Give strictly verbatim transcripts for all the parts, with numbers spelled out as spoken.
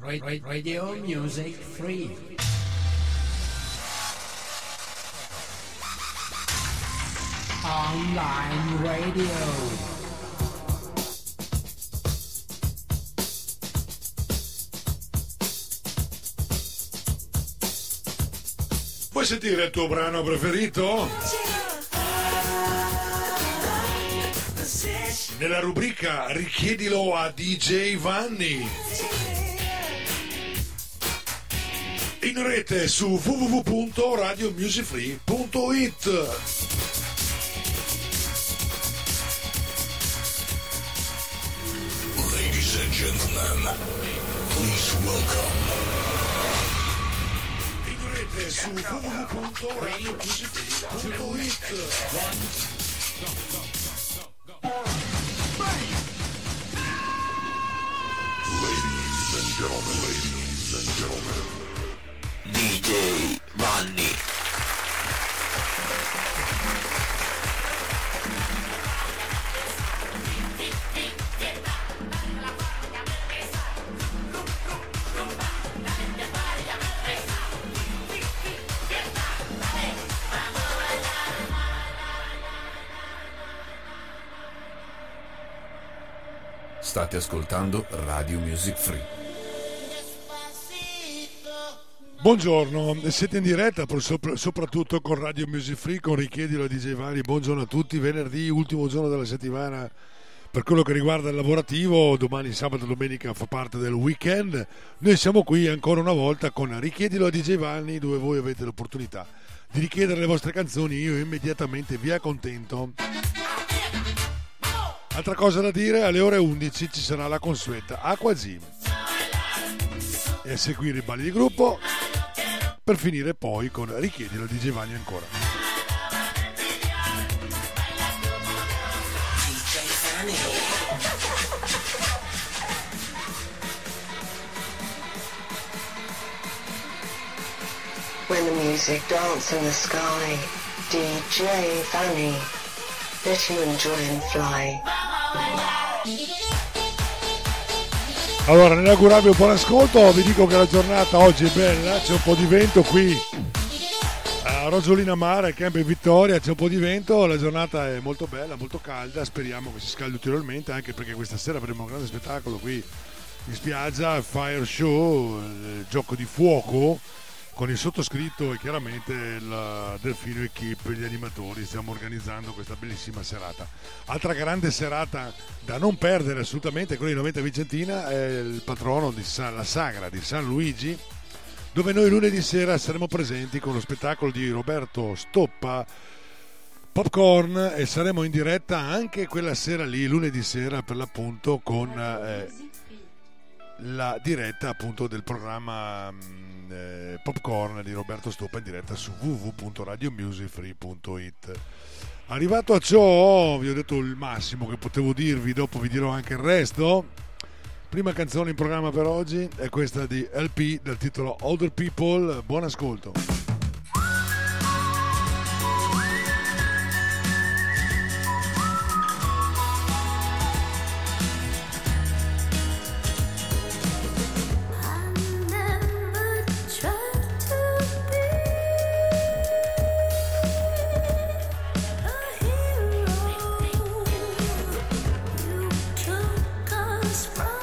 Radio Music Free. Online radio. Vuoi sentire il tuo brano preferito? Nella rubrica Richiedilo a D J Vanni. In rete su w w w punto radio music free punto i t. Ladies and gentlemen, please welcome. Su w w w punto radio music free punto i t. Ladies and gentlemen, ladies and gentlemen, D J Vanni. State ascoltando Radio Music Free. Buongiorno, siete in diretta soprattutto con Radio Music Free, con Richiedilo a D J Vanni. Buongiorno a tutti, venerdì, ultimo giorno della settimana per quello che riguarda il lavorativo. Domani, sabato e domenica fa parte del weekend. Noi siamo qui ancora una volta con Richiedilo a D J Vanni, dove voi avete l'opportunità di richiedere le vostre canzoni. Io immediatamente vi accontento. Altra cosa da dire, alle ore undici ci sarà la consueta Acqua Gym e a seguire i balli di gruppo per finire poi con Richiedilo a D J Vanni ancora. When the music dance in the sky, D J Vanni, let you enjoy and fly. Allora, nell'augurarvi un buon ascolto, vi dico che la giornata oggi è bella, c'è un po' di vento qui a Rosolina Mare, Campo in Vittoria, c'è un po' di vento, la giornata è molto bella, molto calda, speriamo che si scaldi ulteriormente, anche perché questa sera avremo un grande spettacolo qui in spiaggia, il Fire Show, il gioco di fuoco, con il sottoscritto e chiaramente il Delfino Equip, gli animatori. Stiamo organizzando questa bellissima serata. Altra grande serata da non perdere assolutamente, quella di Noventa Vicentina, è il patrono di San, la sagra di San Luigi, dove noi lunedì sera saremo presenti con lo spettacolo di Roberto Stoppa, Popcorn, e saremo in diretta anche quella sera lì, lunedì sera per l'appunto, con eh, la diretta appunto del programma eh, Popcorn di Roberto Stoppa in diretta su w w w punto radio music free punto i t. Arrivato a ciò, vi ho detto il massimo che potevo dirvi, dopo vi dirò anche il resto. Prima canzone in programma per oggi è questa di L P dal titolo Older People. Buon ascolto.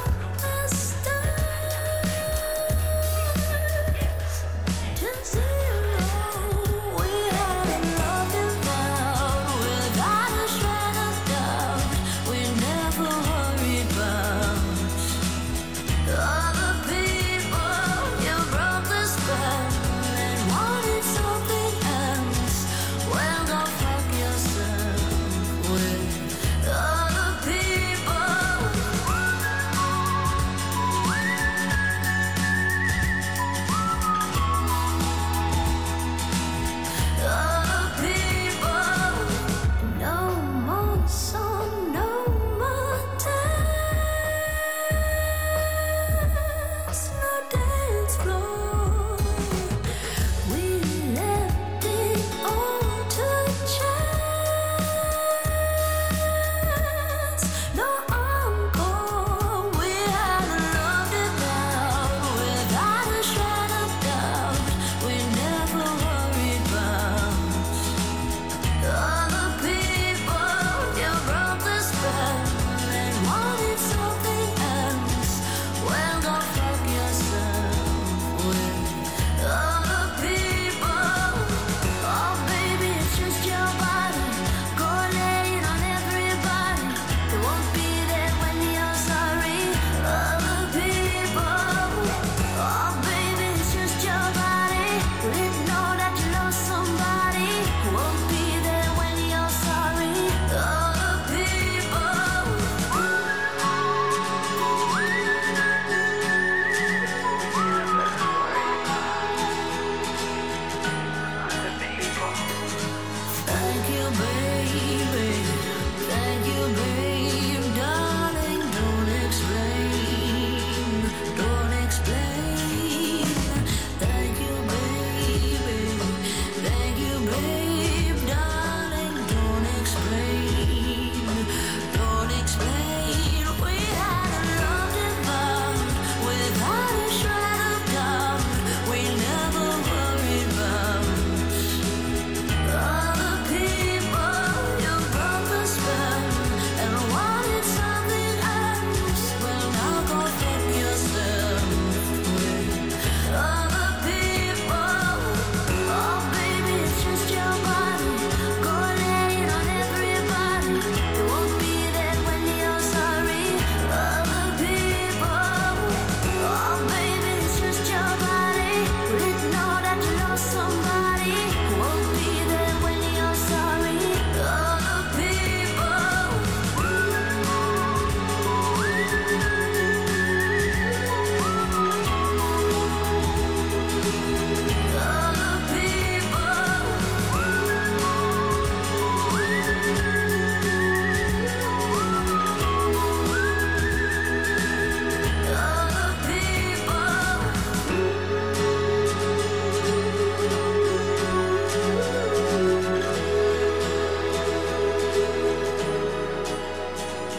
Just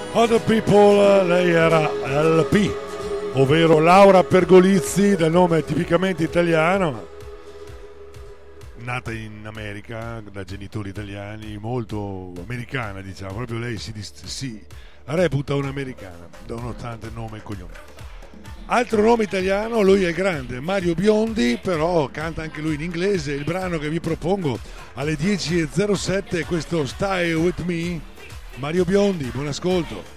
Other People, lei era L P, ovvero Laura Pergolizzi, dal nome tipicamente italiano, nata in America da genitori italiani, molto americana, diciamo, proprio lei si, si reputa un'americana, nonostante il nome e il cognome. Altro nome italiano, lui è grande, Mario Biondi, però canta anche lui in inglese. Il brano che vi propongo alle dieci e zero sette è questo Stay With Me, Mario Biondi, buon ascolto.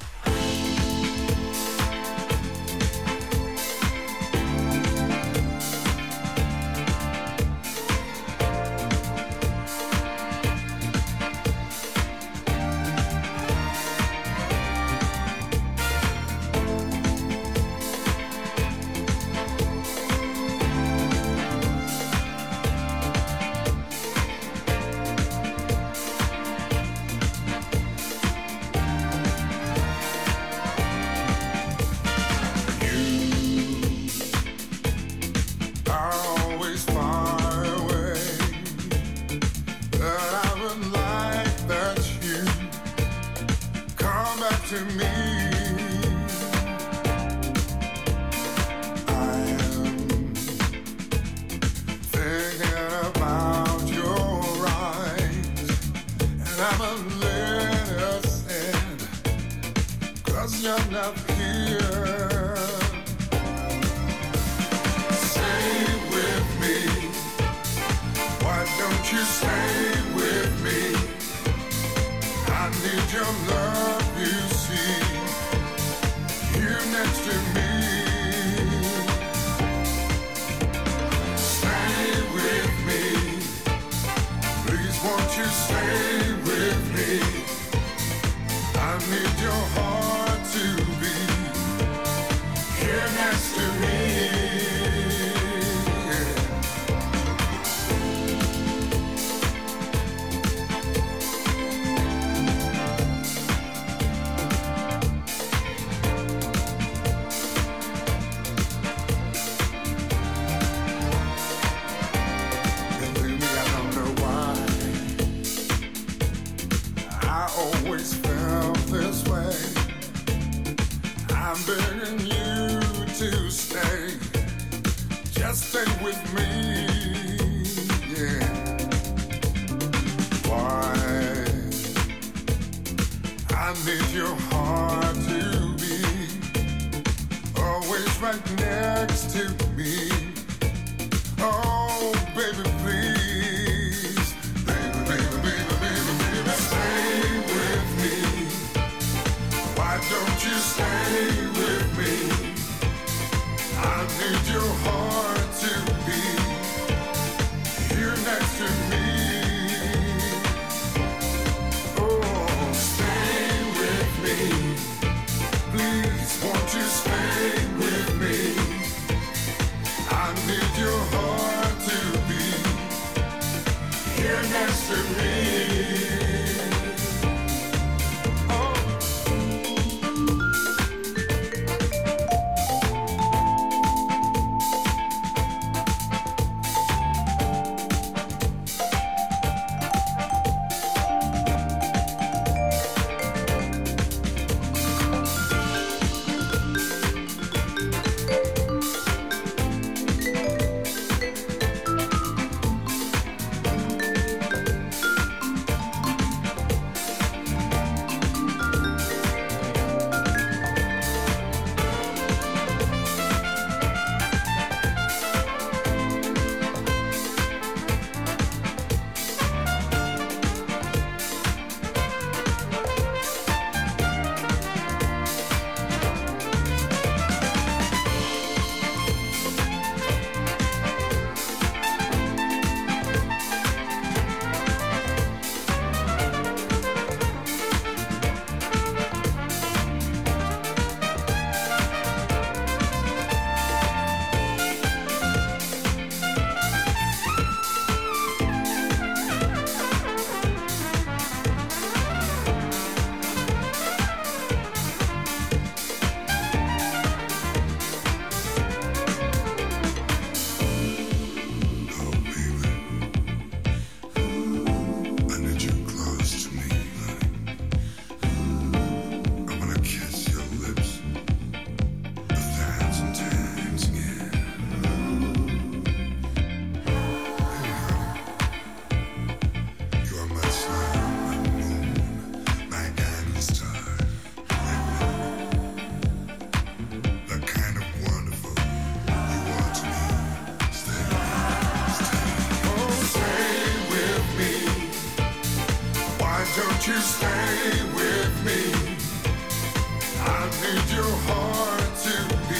won't you stay with me? I need your heart to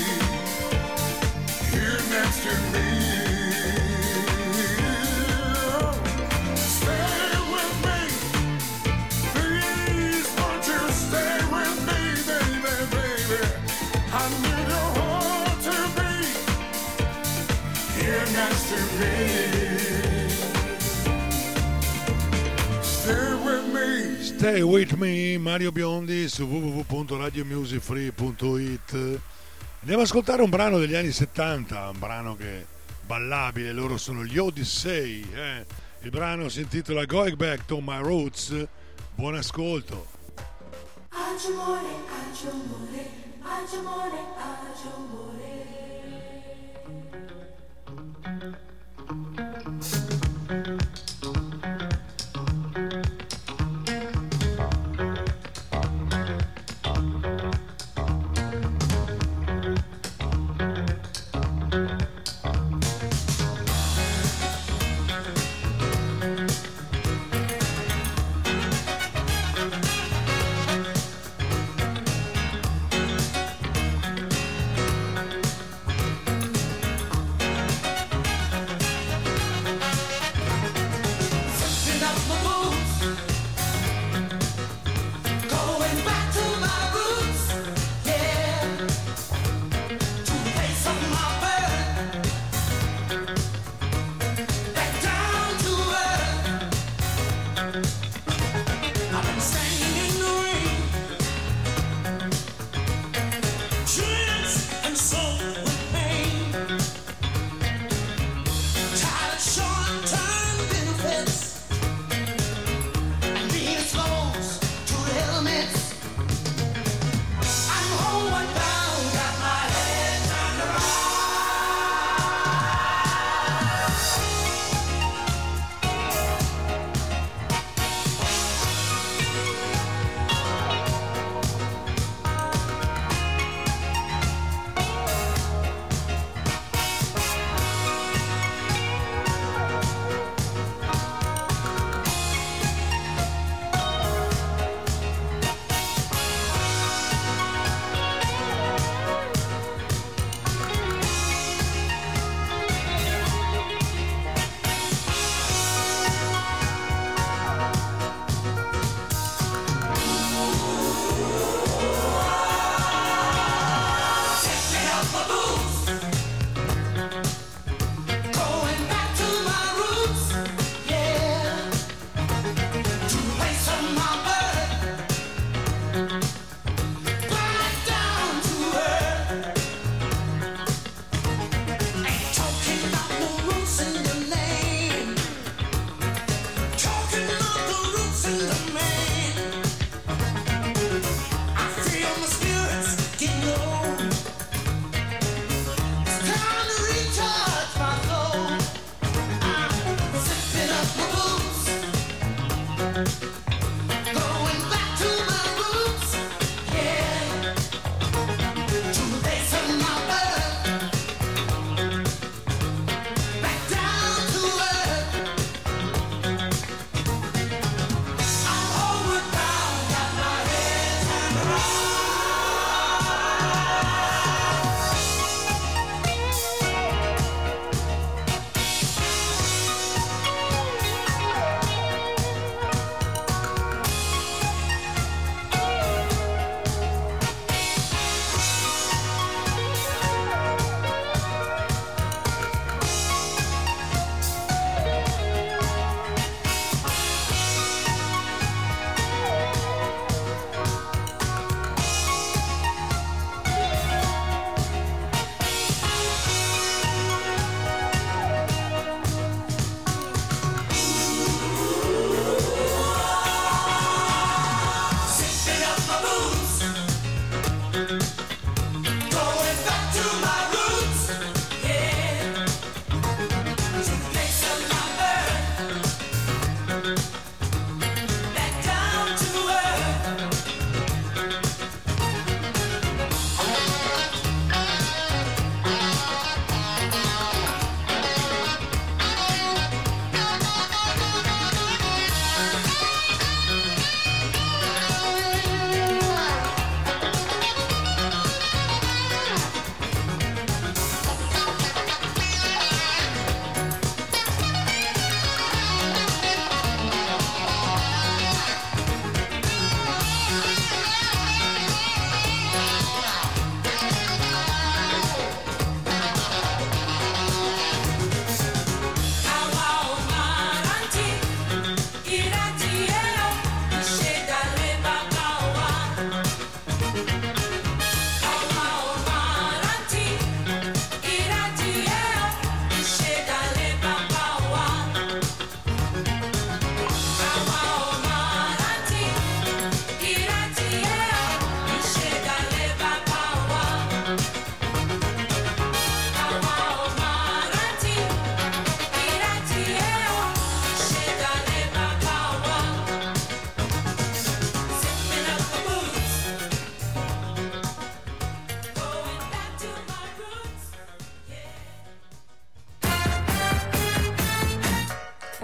be here next to me. Stay with me, please won't you stay with me, baby, baby. I need your heart to be here next to me. Stay with me. Stay with me, Mario Biondi su w w w punto radio music free punto i t. Andiamo ad ascoltare un brano degli anni settanta, un brano che è ballabile, loro sono gli Odyssey, eh? Il brano si intitola Going Back to My Roots. Buon ascolto. Aggiamore, aggiamore, aggiamore, aggiamore.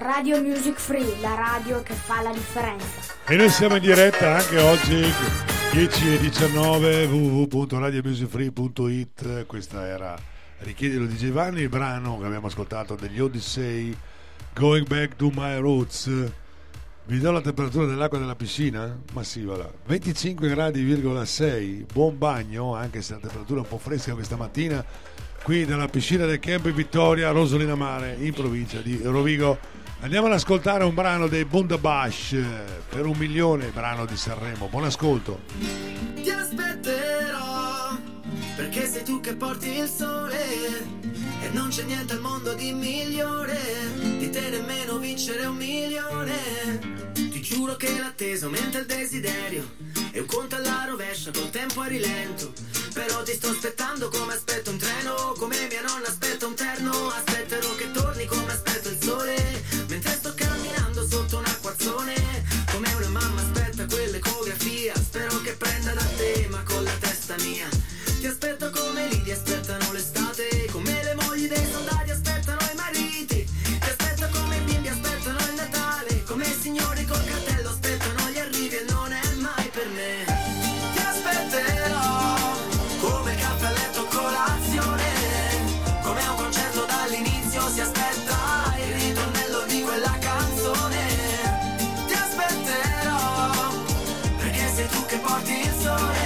Radio Music Free, la radio che fa la differenza. E noi siamo in diretta anche oggi dieci e diciannove w w w punto radio music free punto i t. Questa era Richiedilo di Giovanni, il brano che abbiamo ascoltato degli Odyssey, Going Back to My Roots. Vi do la temperatura dell'acqua della piscina? Ma sì, voilà. venticinque gradi virgola sei, buon bagno, anche se la temperatura è un po' fresca questa mattina, qui dalla piscina del Camp Vittoria, Rosolina Mare, in provincia di Rovigo. Andiamo ad ascoltare un brano dei Bundabash, Per un milione, brano di Sanremo. Buon ascolto. Ti aspetterò, perché sei tu che porti il sole, e non c'è niente al mondo di migliore di te, nemmeno vincere un milione. Ti giuro che l'attesa aumenta il desiderio, e un conto alla rovescia col tempo a rilento. Però ti sto aspettando come aspetto un treno, come mia nonna aspetta un terno. Aspetterò che torni come aspetto il sole, mentre sto camminando sotto un acquazzone, come una mamma aspetta quell'ecografia. Spero che prenda da te, ma con la testa mia. Ti aspetto come lì aspettano l'estate, come le mogli dei soldati aspettano i mariti. Ti aspetto come i bimbi aspettano il Natale, come i signori col cartello aspettano gli arrivi, e non è mai per me. Ti aspetterò come caffè a letto colazione, come un concerto dall'inizio si aspetta il ritornello di quella canzone. Ti aspetterò, perché sei tu che porti il sole,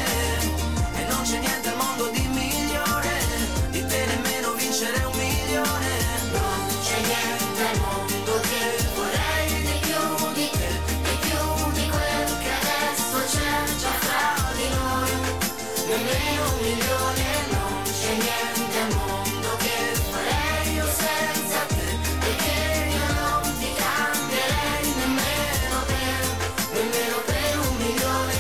e non c'è niente al mondo di migliore di te, nemmeno vincere un milione. Non c'è niente al mondo che vorrei di più di te, di più di quel che adesso c'è già fra di noi, nemmeno un milione. Non c'è niente al mondo che farei io senza te, perché io non ti cambierei nemmeno per, nemmeno per un milione.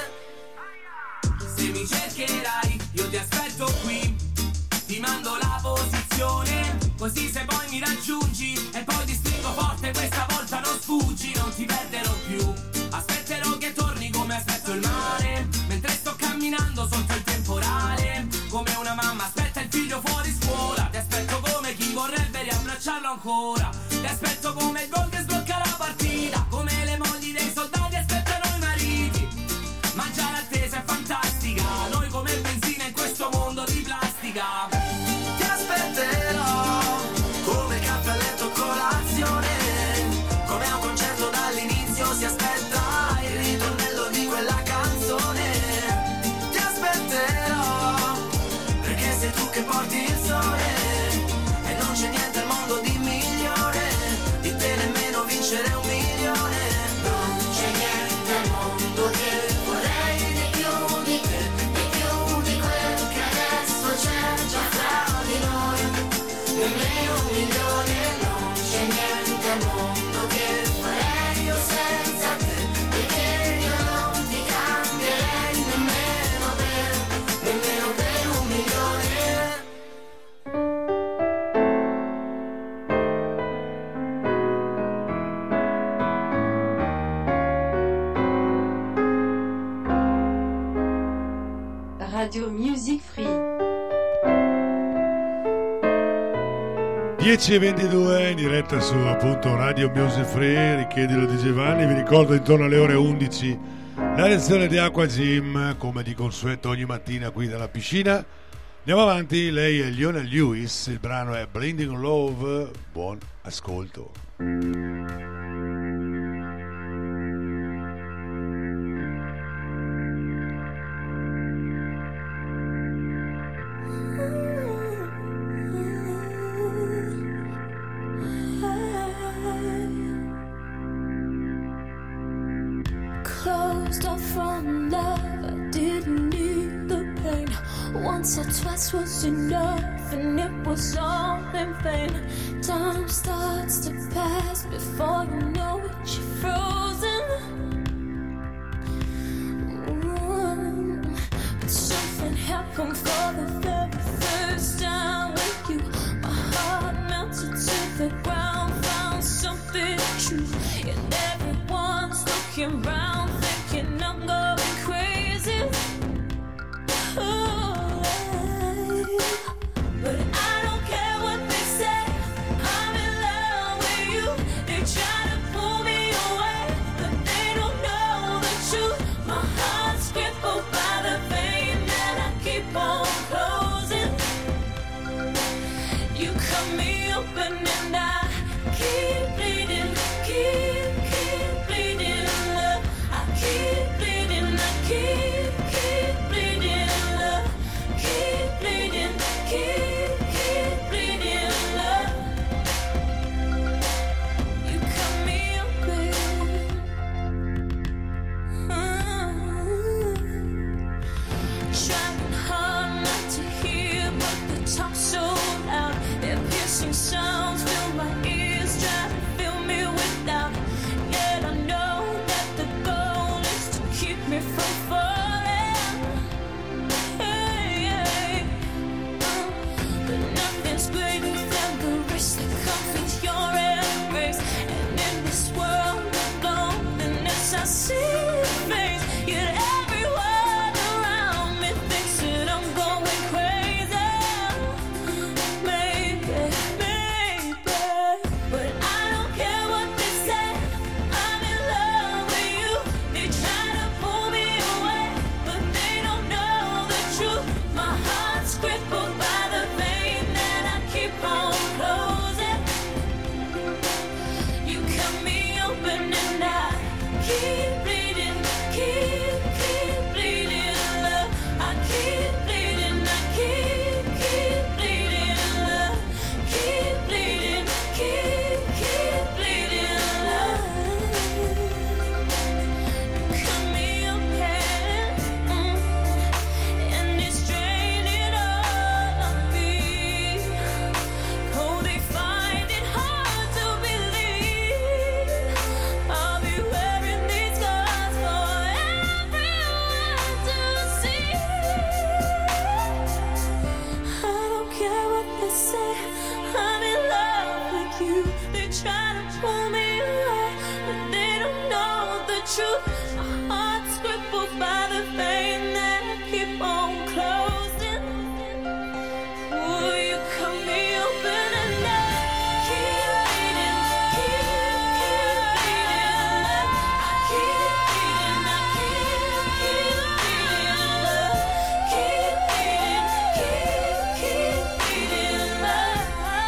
Se mi cercherai io ti aspetto qui, ti mando la posizione, così se poi mi raggiungi e poi ti stringo forte, questa volta non sfuggi, non ti perderò più. Aspetterò che torni come aspetto il mare, mentre sto camminando sotto il temporale, come una mamma aspetta il figlio fuori scuola. Ti aspetto come chi vorrebbe riabbracciarlo ancora, ti aspetto come il gol che sblocca la partita, come le mogli dei soldati aspettano i mariti. Ma già l'attesa è fantastica, noi come benzina in questo mondo di plastica. Ti aspetterò come caffè a letto colazione, come a un concerto dall'inizio si aspetta il ritornello di quella canzone. Ti aspetterò, perché sei tu che porti il sole, e non c'è niente al mondo di migliore di te, nemmeno vincere un milione. Non c'è niente al mondo che vorrei di più di te, di più di quel che adesso c'è già fra di noi, nemmeno un milione. Non c'è niente al mondo che farei io senza te, perché io non ti cambierei nemmeno per, nemmeno per un milione. Radio Music Free. dieci e ventidue in diretta su appunto Radio Music Free, Richiedilo di Giovanni. Vi ricordo intorno alle ore undici la lezione di Acqua Gym, come di consueto ogni mattina qui dalla piscina. Andiamo avanti, lei è Leona Lewis, il brano è Blinding Love. Buon ascolto. Closed off from love, I didn't need the pain. Once or twice was enough, and it was all in vain. Time starts to pass before you know it, you're frozen. Ooh, but something happened for the very first time with you. My heart melted to the ground, found something true, and everyone's looking round, thinking I'm going crazy. Oh, but I don't care what they say, I'm in love with you. They cut me open and I keep bleeding, keep, keep bleeding, love. I keep bleeding, I keep, keep bleeding, love. Keep bleeding, keep, keep bleeding, love. You cut me open. Trying hard not to hear, but the talk's so loud. Their piercing sounds fill my ears, try to fill me with doubt. Yet I know that the goal is to keep me from falling. Hey, hey. Uh, but nothing's greater than the risk that comes with your embrace. And in this world of loneliness, I see your face. Yet everyone around me thinks that I'm going crazy. Maybe, maybe, but I don't care what they say. I'm in love with you. They try to pull me away, but they don't know the truth. My heart's crippled by the pain that I keep on closing. You cut me open and I keep bleeding, keep, keep bleeding, love. I keep bleeding, I keep, keep bleeding, love. Keep bleeding, keep, keep bleeding, love. You cut me open, mm, and it's draining all of me. Oh, they find it hard to believe I'll be wearing these scars for everyone to see. I don't care what they say, I'm in love with you. They try to pull me away, but they don't know the truth. My heart's crippled by the pain that I keep on closing. Oh, you cut me open and I keep bleeding, keep, keep bleeding, love. I keep bleeding, I keep, keep bleeding, love. Keep bleeding, keep, keep bleeding, love.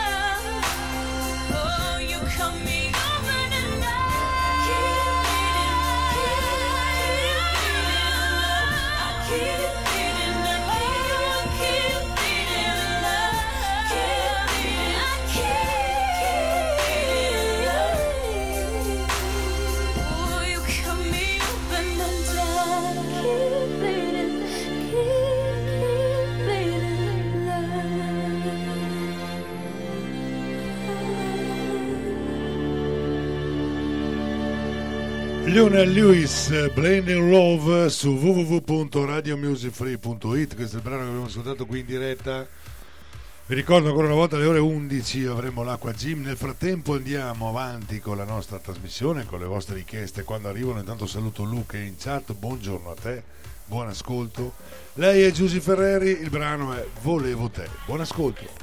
Oh, you cut me open and I keep bleeding, keep, keep bleeding, love. I keep bleeding, I keep, keep bleeding, love. Keep bleeding, I keep, keep bleeding, love. Oh, you cut me open and I keep bleeding, keep, keep bleeding, Lionel Lewis, Blending Love su w w w punto radio music free punto it. Questo è il brano che abbiamo ascoltato qui in diretta. Vi ricordo ancora una volta alle ore undici avremo l'Acqua Gym. Nel frattempo andiamo avanti con la nostra trasmissione, con le vostre richieste quando arrivano. Intanto saluto Luca in chat, buongiorno a te, buon ascolto. Lei è Giusy Ferreri, il brano è Volevo te. Buon ascolto.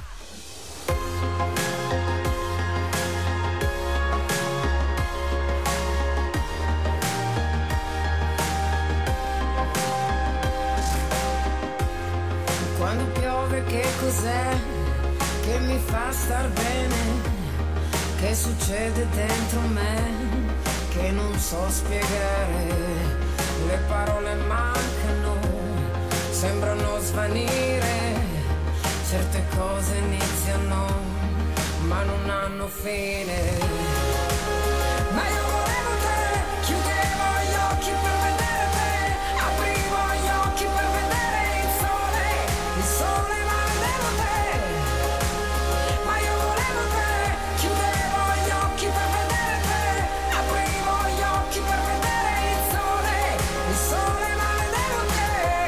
Quando piove che cos'è che mi fa star bene? Che succede dentro me che non so spiegare? Le parole mancano, sembrano svanire. Certe cose iniziano ma non hanno fine. Ma io volevo te, chiudevo gli occhi per vedere te, aprivo gli occhi per vedere il sole, il sole ma vedevo te. Ma io volevo te, chiudevo gli occhi per vedere te, aprivo gli occhi per vedere il sole, il sole ma vedevo te.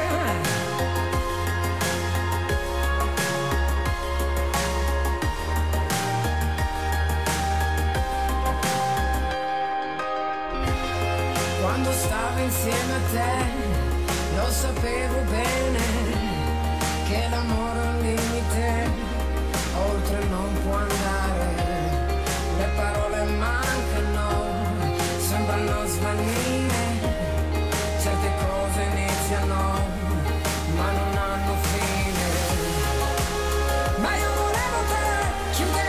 Quando stavo insieme a te, lo sapevo bene che l'amore è un limite, oltre non può andare. Le parole mancano, sembrano svanire. Certe cose iniziano, ma non hanno fine. Ma io volevo te, chiudere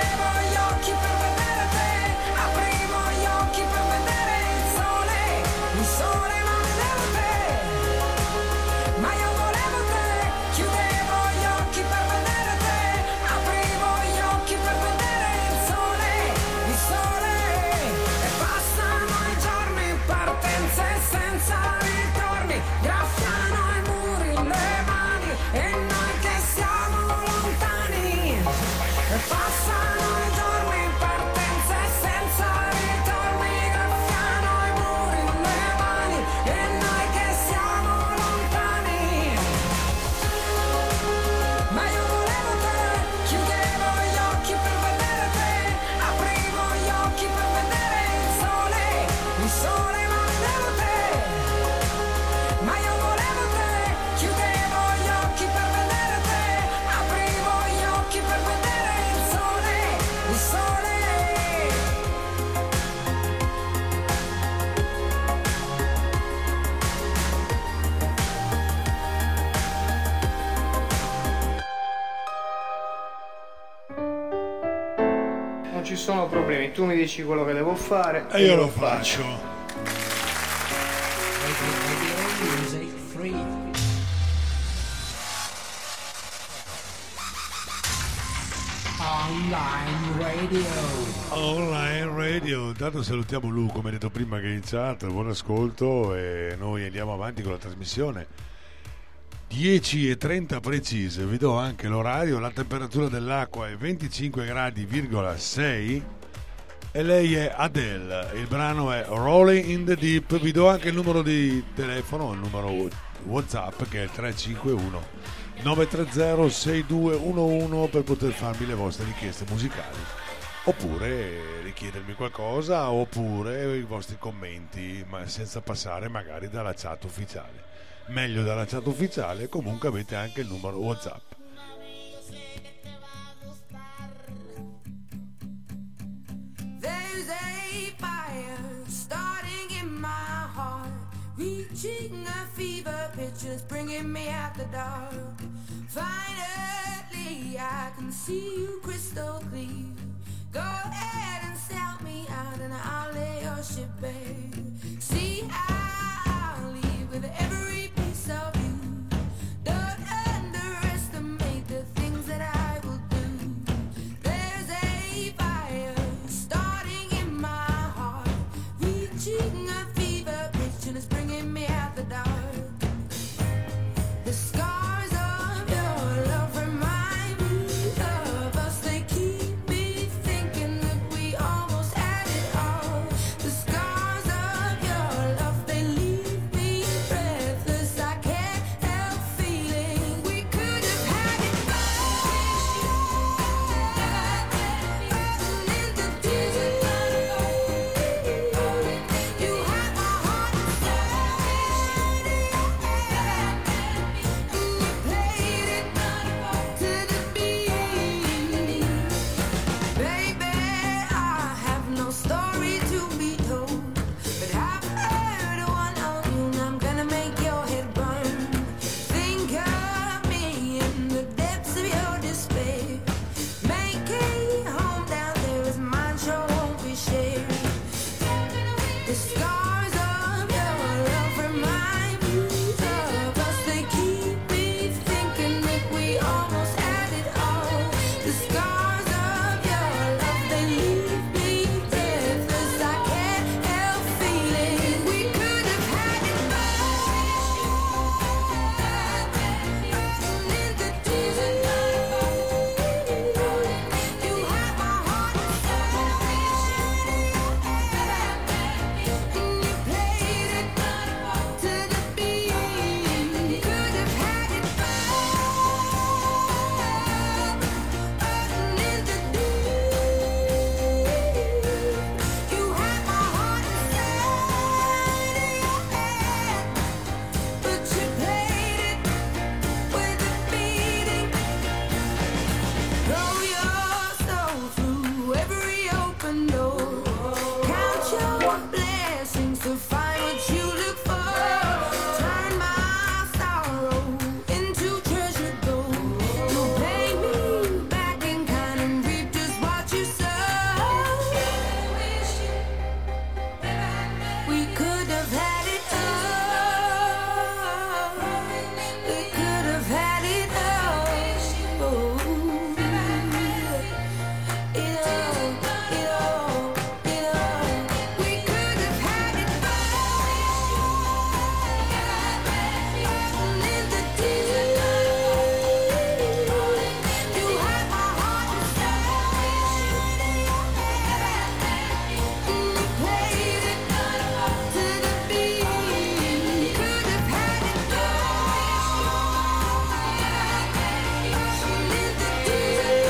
non ci sono problemi, tu mi dici quello che devo fare e io lo faccio. Radio Music Free. Online Radio. Online Radio. Intanto salutiamo Lu, come detto prima, che è in chat. Buon ascolto e noi andiamo avanti con la trasmissione. dieci e trenta precise, vi do anche l'orario. La temperatura dell'acqua è venticinque gradi virgola sei e lei è Adele. Il brano è Rolling in the Deep. Vi do anche il numero di telefono, il numero WhatsApp, che è il tre cinque uno nove tre zero sei due uno uno, per poter farmi le vostre richieste musicali, oppure richiedermi qualcosa, oppure i vostri commenti, ma senza passare magari dalla chat ufficiale. Meglio dalla chat ufficiale. Comunque avete anche il numero WhatsApp. There's a fire starting in my heart, reaching a fever pitch, it's bringing me out the dark. Finally I can see you crystal clear. Go ahead and sell me out and I'll lay your ship bare. See, I'll leave with every piece of you. Don't underestimate the things that I will do. There's a fire starting in my heart, reaching a fever pitch, and it's bringing me out the dark. The scars of your love remind me of us. They keep me thinking that we almost had it all. The scars of your love, they leave me breathless. I can't help feeling we could have had it all. In the desert, you had my heart inside, and you played it to the beat. Baby, I have no story to be told, but I've heard one of you, and I'm gonna make your head burn. Think of me in the depths of your despair. Make a home down there as mine sure won't be shared. The scars of your love remind me of us. They keep me thinking that we almost had it all. The scars of your love, they leave me breathless. I can't help feeling we could have had it all. In the desert, you had my heart inside, and you played it to the beat. Could have had it all. In the deep, you had my heart inside of your head, but you played it with a beating. Throw your soul through every open door. Count your blessings to find what you look for. Turn my sorrow into treasure gold. You pay me back in kind and reap just what you sow. We could have had it all. We could have had it all. It all, it all, it all. We could have had it all. In the desert, you had my heart inside, and you played it to the beat. Could have had it all. In the desert,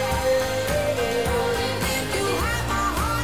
you had my heart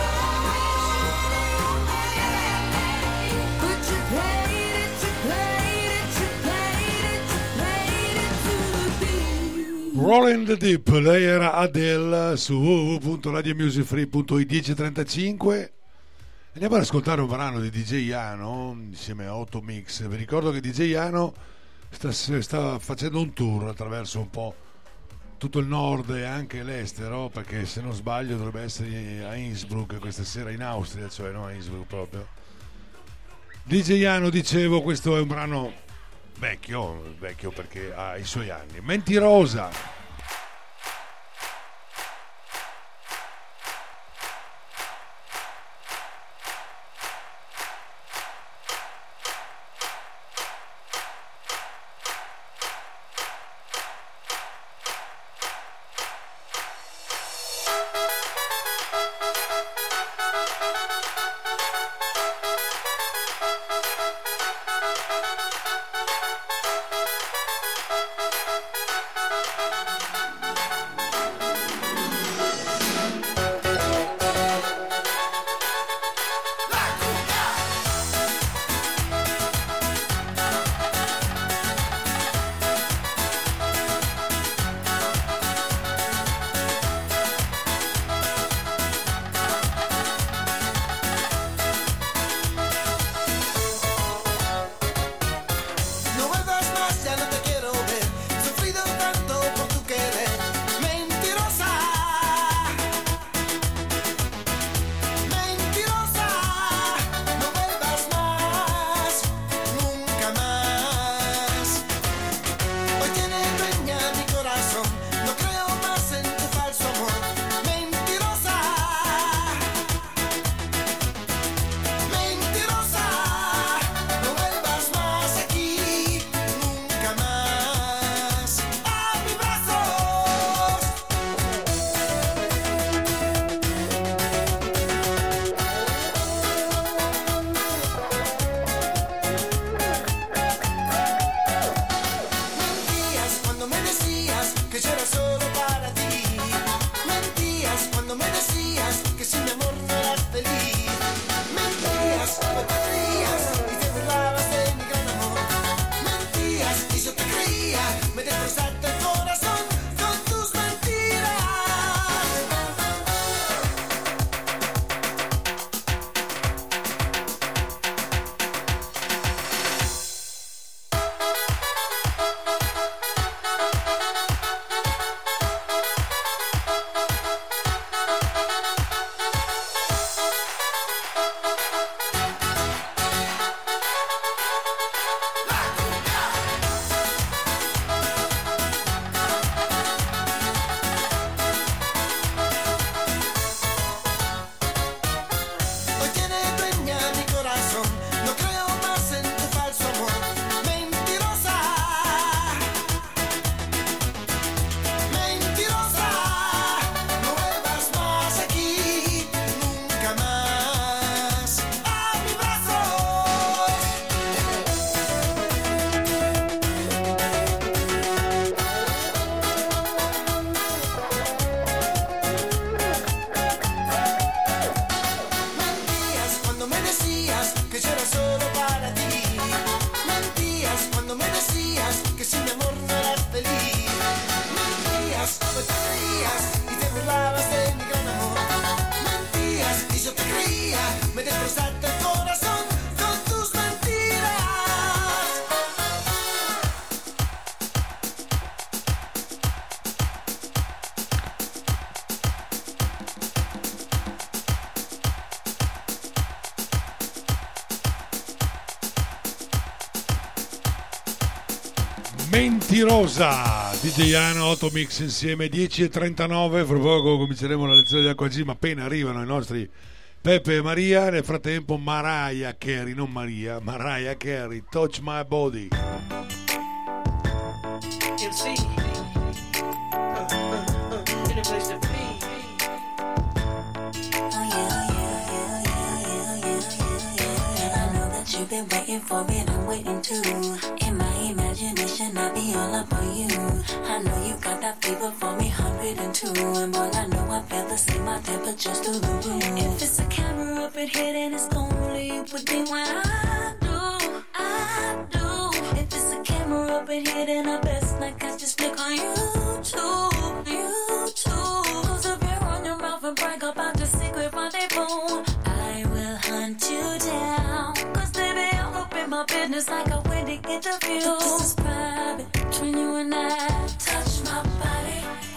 inside, but you played it, you played it, you played it, you played it to the beat. Rolling the Deep, lei era Adele su w w w punto radio music free punto i t. dieci e trentacinque. Andiamo ad ascoltare un brano di D J Iano insieme a Otto Mix. Vi ricordo che D J Iano sta, sta facendo un tour attraverso un po' tutto il nord e anche l'estero, perché se non sbaglio dovrebbe essere a Innsbruck questa sera in Austria, cioè no, a Innsbruck proprio. D J Iano, dicevo, questo è un brano vecchio, vecchio perché ha i suoi anni. Mentirosa. Mentirosa, D J Iano, otto mix insieme, dieci e trentanove. Fra poco cominceremo la lezione di Acqua G, ma appena arrivano i nostri Peppe e Maria. Nel frattempo Mariah Carey, non Maria, Mariah Carey, Touch My Body. You've been waiting for it, I'm waiting too. In my imagination, I'll be all up on you. I know you got that fever for me, one hundred two. And boy, I know I feel the same, my temperature's through the roof. If it's a camera up in here, then it's only would be what I do, I do. If it's a camera up in here, then I best not catch this flick on YouTube, YouTube. Close up your on your mouth and brag about the secret rendezvous. I will hunt you down. My business like a wedding interview. This is private between you and I. Touch my body.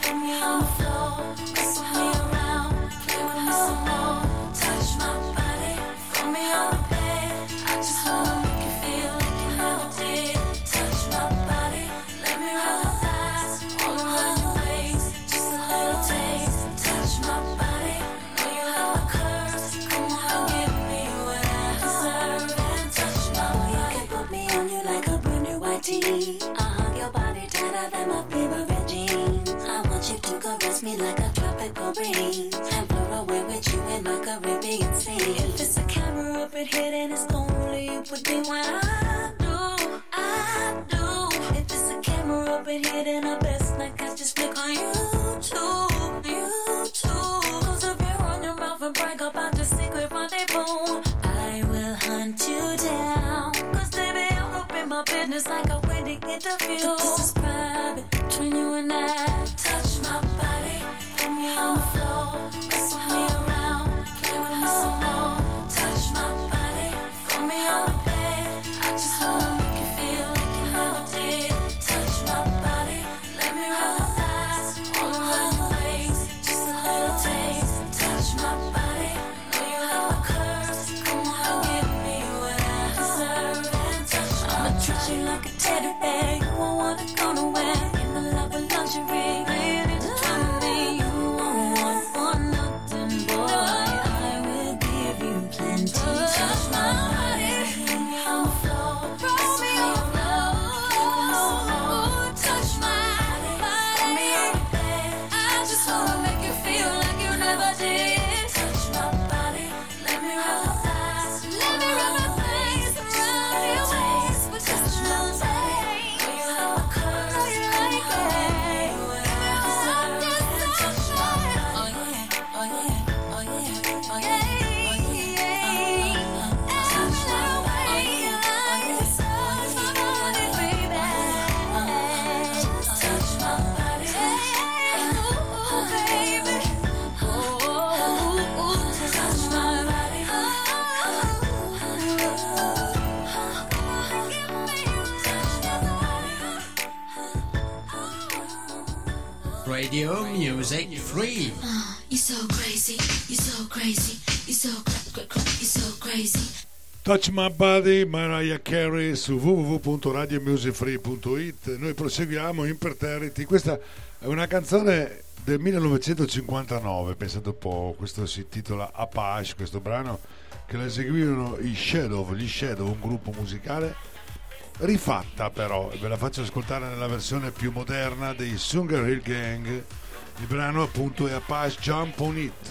me like a tropical breeze and blow away with you in my Caribbean sea. If it's a camera up in here, then it's only you with me when I do, I do. If it's a camera up in here, then I best not catch just flick on YouTube, YouTube. Close up your on your mouth and brag about the secret rendezvous. I will hunt you down, cause baby I'll open my business like a wedding interview. This is private between you and I. Touch my body, put me on the floor, wrestle me around, play with me some more. Touch my body, put me on the bed, I just wanna make you feel like you never did. Touch my body, let me roll the thighs, all around the waist, just a little taste. Touch my body, know you have my curves, come on, give me what I deserve. And touch my I'ma treat you like a teddy bear, you won't wanna go nowhere. In the love of luxury, baby, just come with me. You won't want for nothing, boy. I will give you plenty. Touch my body, put me on the floor, roll me on the floor. Touch my body, put me on the bed. I just wanna make you feel like you never did. Touch my body, let me roll the thighs, let me roll the thighs around your waist with just a little taste. Know you have my curves, know you like it. What I deserve. Touch my body, oh yeah, oh yeah, oh yeah, oh yeah, oh yeah. Touch my body, touch my body, baby. Touch my body, ooh, baby. Ooh, touch my body. Radio Music Free. You're so crazy, you're so crazy, you're so cra- cra- cra- you're so crazy. Touch My Body, Mariah Carey su w w w punto radio music free punto i t. Noi proseguiamo imperterriti. Questa è una canzone del millenovecentocinquantanove, pensate un po', questo si intitola Apache, questo brano che lo eseguivano i Shadow, gli Shadow, un gruppo musicale rifatta però, ve la faccio ascoltare nella versione più moderna dei Sugar Hill Gang. Il brano appunto è Apache Jump on It.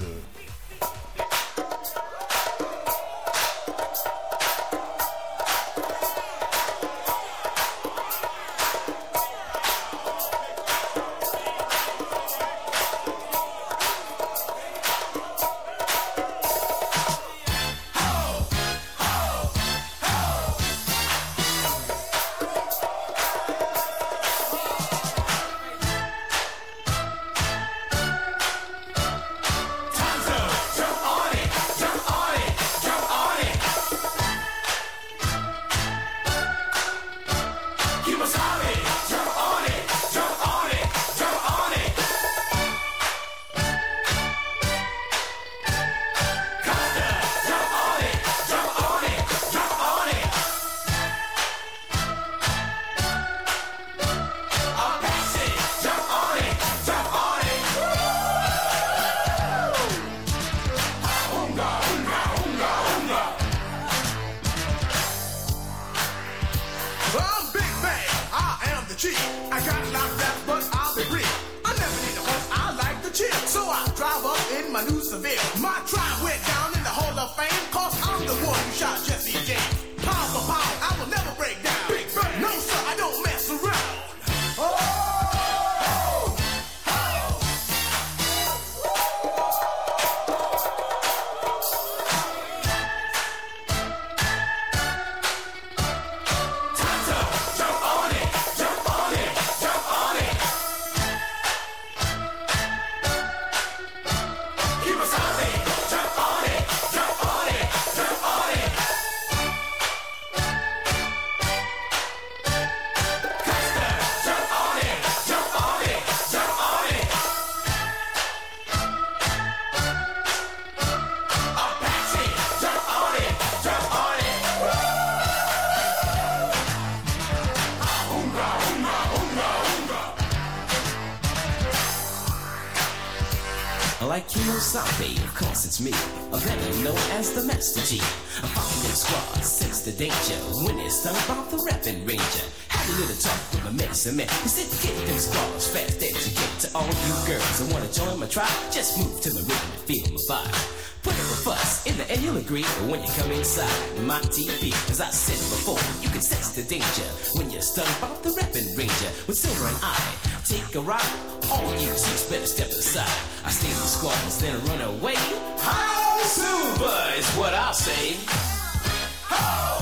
Like Kiyosaki, of course it's me, a veteran known as the Master G. A fighting squad, sense the danger, when it's time about the rapping ranger. Had a little talk with my medicine man. He said, get them scars fast as you get. To all you girls that wanna join my tribe, just move to my rhythm and feel my vibe. Put up a fuss in the end, you'll agree. But when you come inside my T V, as I said before, you can sense the danger when you're stung by the rapping ranger with Silver and I. Take a ride, all you chicks better step aside. I steal the squads, then run away. How Silver is what I'll say. How?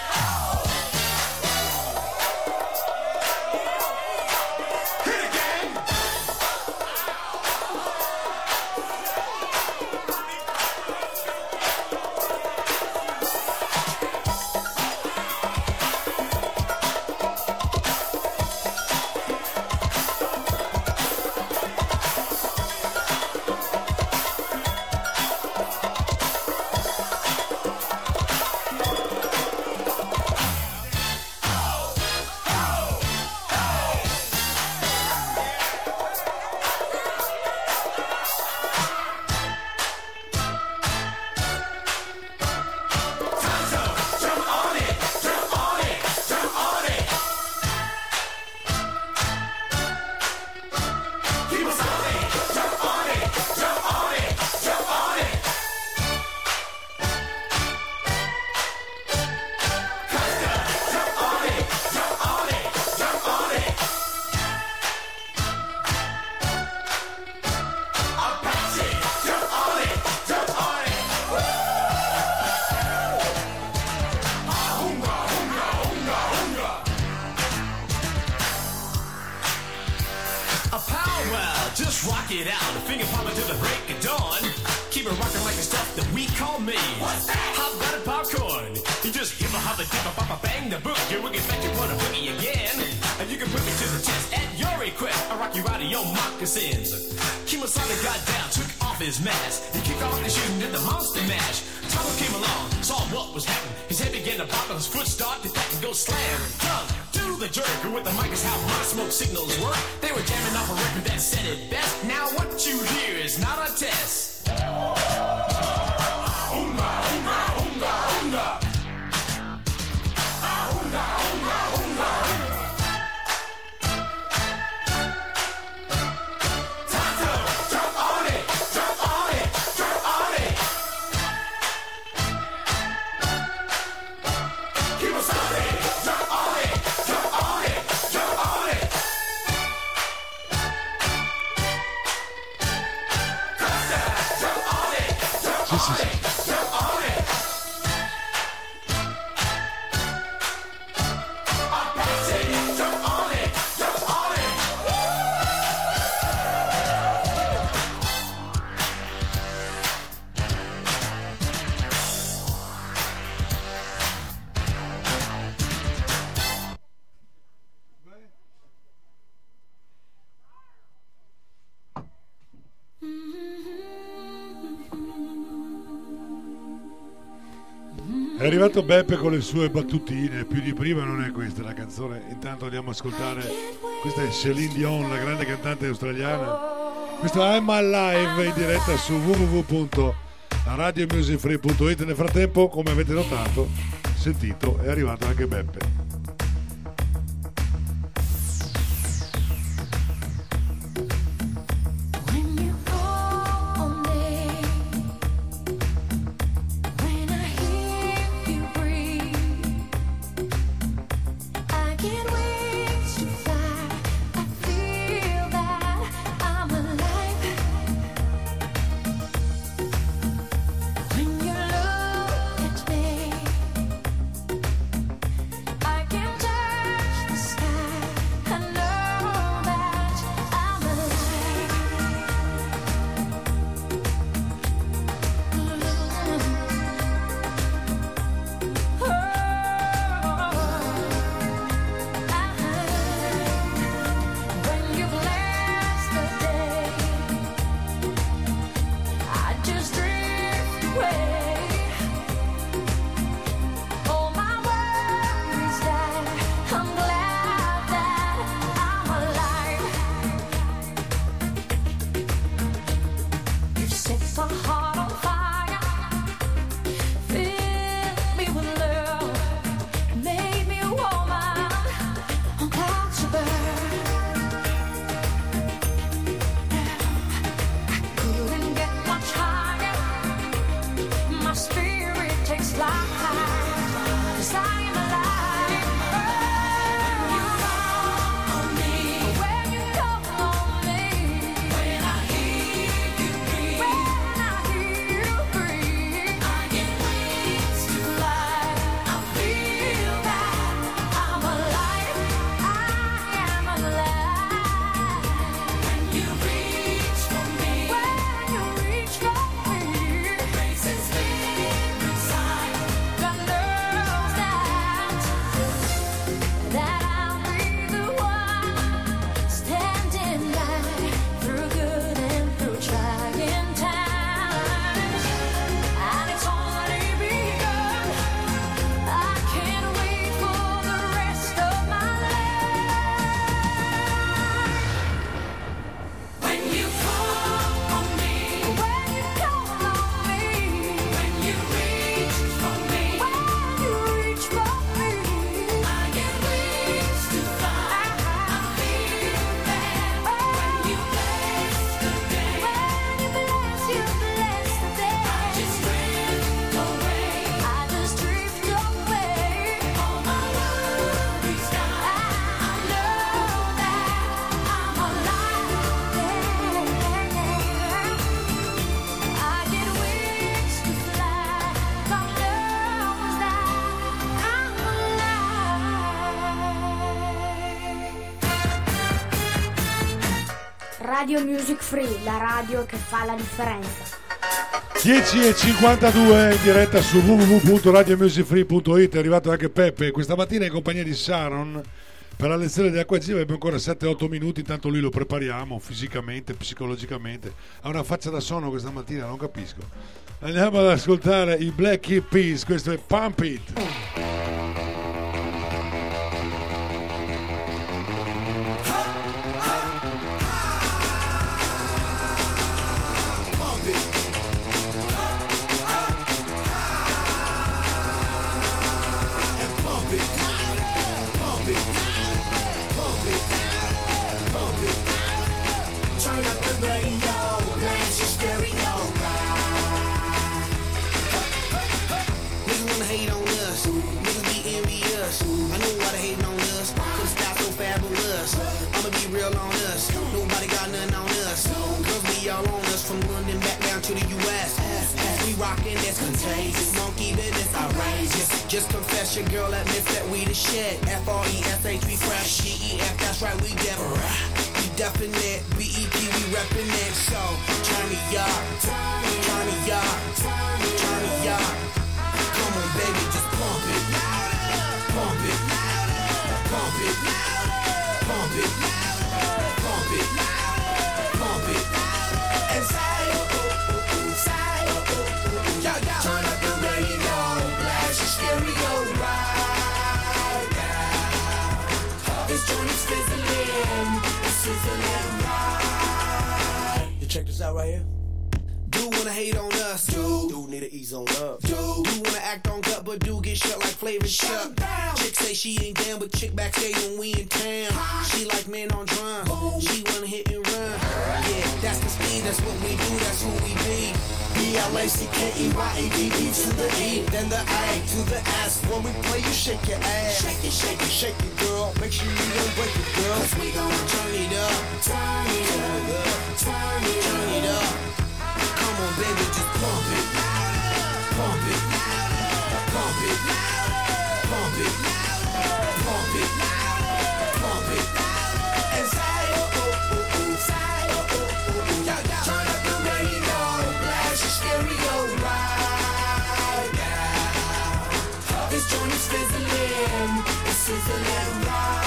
È arrivato Beppe con le sue battutine, più di prima non è questa la canzone. Intanto andiamo ad ascoltare, questa è Céline Dion, la grande cantante australiana. Questo è I'm Alive in diretta su w w w punto radio music free punto it. Nel frattempo, come avete notato, sentito, è arrivato anche Beppe. I Radio Music Free, la radio che fa la differenza. dieci e cinquantadue in diretta su w w w punto radio music free punto it. È arrivato anche Peppe questa mattina in compagnia di Sharon per la lezione di acquagiva. Abbiamo ancora sette otto minuti, intanto lui lo prepariamo fisicamente, psicologicamente. Ha una faccia da sonno questa mattina, non capisco. Andiamo ad ascoltare i Black Eyed Peas, questo è Pump It. Just confess your girl admits that we the shit. F R E S H, we fresh. G E F, that's right, we definite. We definite. B E P, we reppin' it. So, turn me up. Turn me up. Turn me up. Come on, baby, just pump it. Pump it. Pump it. Pump it. Pump it. Pump it. And say, say, yo, yo. Turn up the radio. Blast your stereo right now. This joint is fizzling. It's sizzling right. You check this out right here. Do wanna hate on us, do. Do need to ease on up, do. Do wanna act on gut, but do get shut like Flavor Shut. Chick say she ain't down, but chick backstage when we in town. She like man on drum. She wanna hit and run. Yeah, that's the speed, that's what we do, that's who we be. B L A C K E Y A D D to the E, then the A to the S. When we play, you shake your ass. Shake it, shake it, shake it, girl. Make sure you don't break it, girl. Cause we gon' turn it up. Turn it up. Turn it up. Turn it up. Come on, baby, just pump it. Pump it. Pump it. Pump it. Pump it. Pump it. And say, oh, oh, oh, oh, say, oh, oh, oh, oh. Yeah, yeah. Turn up the radio, blast your stereo right now. This joint is fizzling, it's sizzling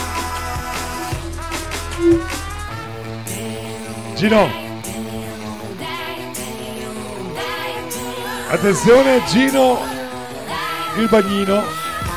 right. Gino. Attenzione, Gino, il bagnino.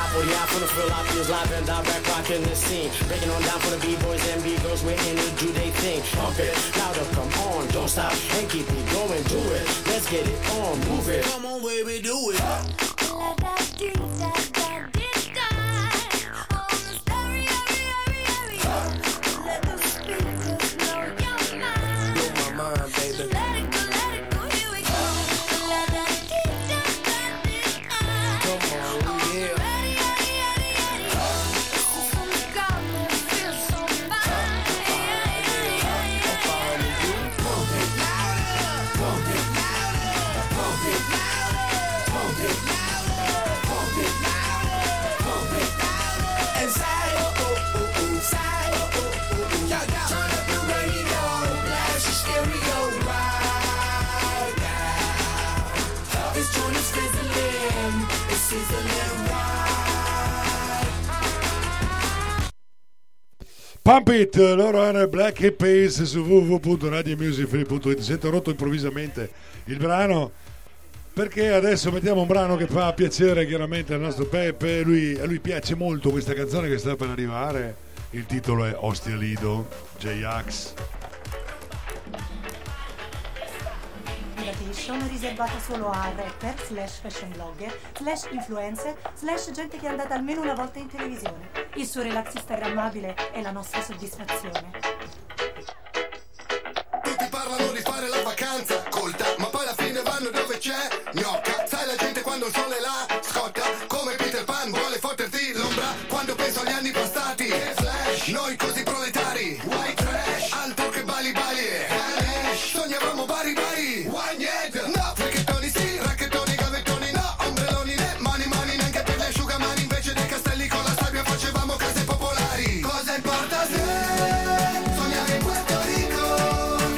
Pump It, loro erano Black Eyed Peas su w w w punto radio music free punto it. Sento rotto improvvisamente il brano perché adesso mettiamo un brano che fa piacere chiaramente al nostro Peppe. Lui, a lui piace molto questa canzone che sta per arrivare. Il titolo è Ostia Lido, J-Ax. È riservata solo a rapper, slash fashion blogger, slash influencer, slash gente che è andata almeno una volta in televisione. Il suo relax instagrammabile è la nostra soddisfazione. Tutti parlano di fare la vacanza, colta, ma poi alla fine vanno dove c'è gnocca. Sai la gente quando il sole la scotta, come Peter Pan vuole fotterti l'ombra. Quando penso agli anni passati, flash, noi così proletari, white trash, altro che bali bali, sognavamo bari bari, wine head. No, fricchettoni sì, racchettoni, gavettoni no, ombrelloni né, mani mani neanche per le asciugamani. Invece dei castelli con la sabbia facevamo case popolari. Cosa importa se sognavi in Puerto Rico?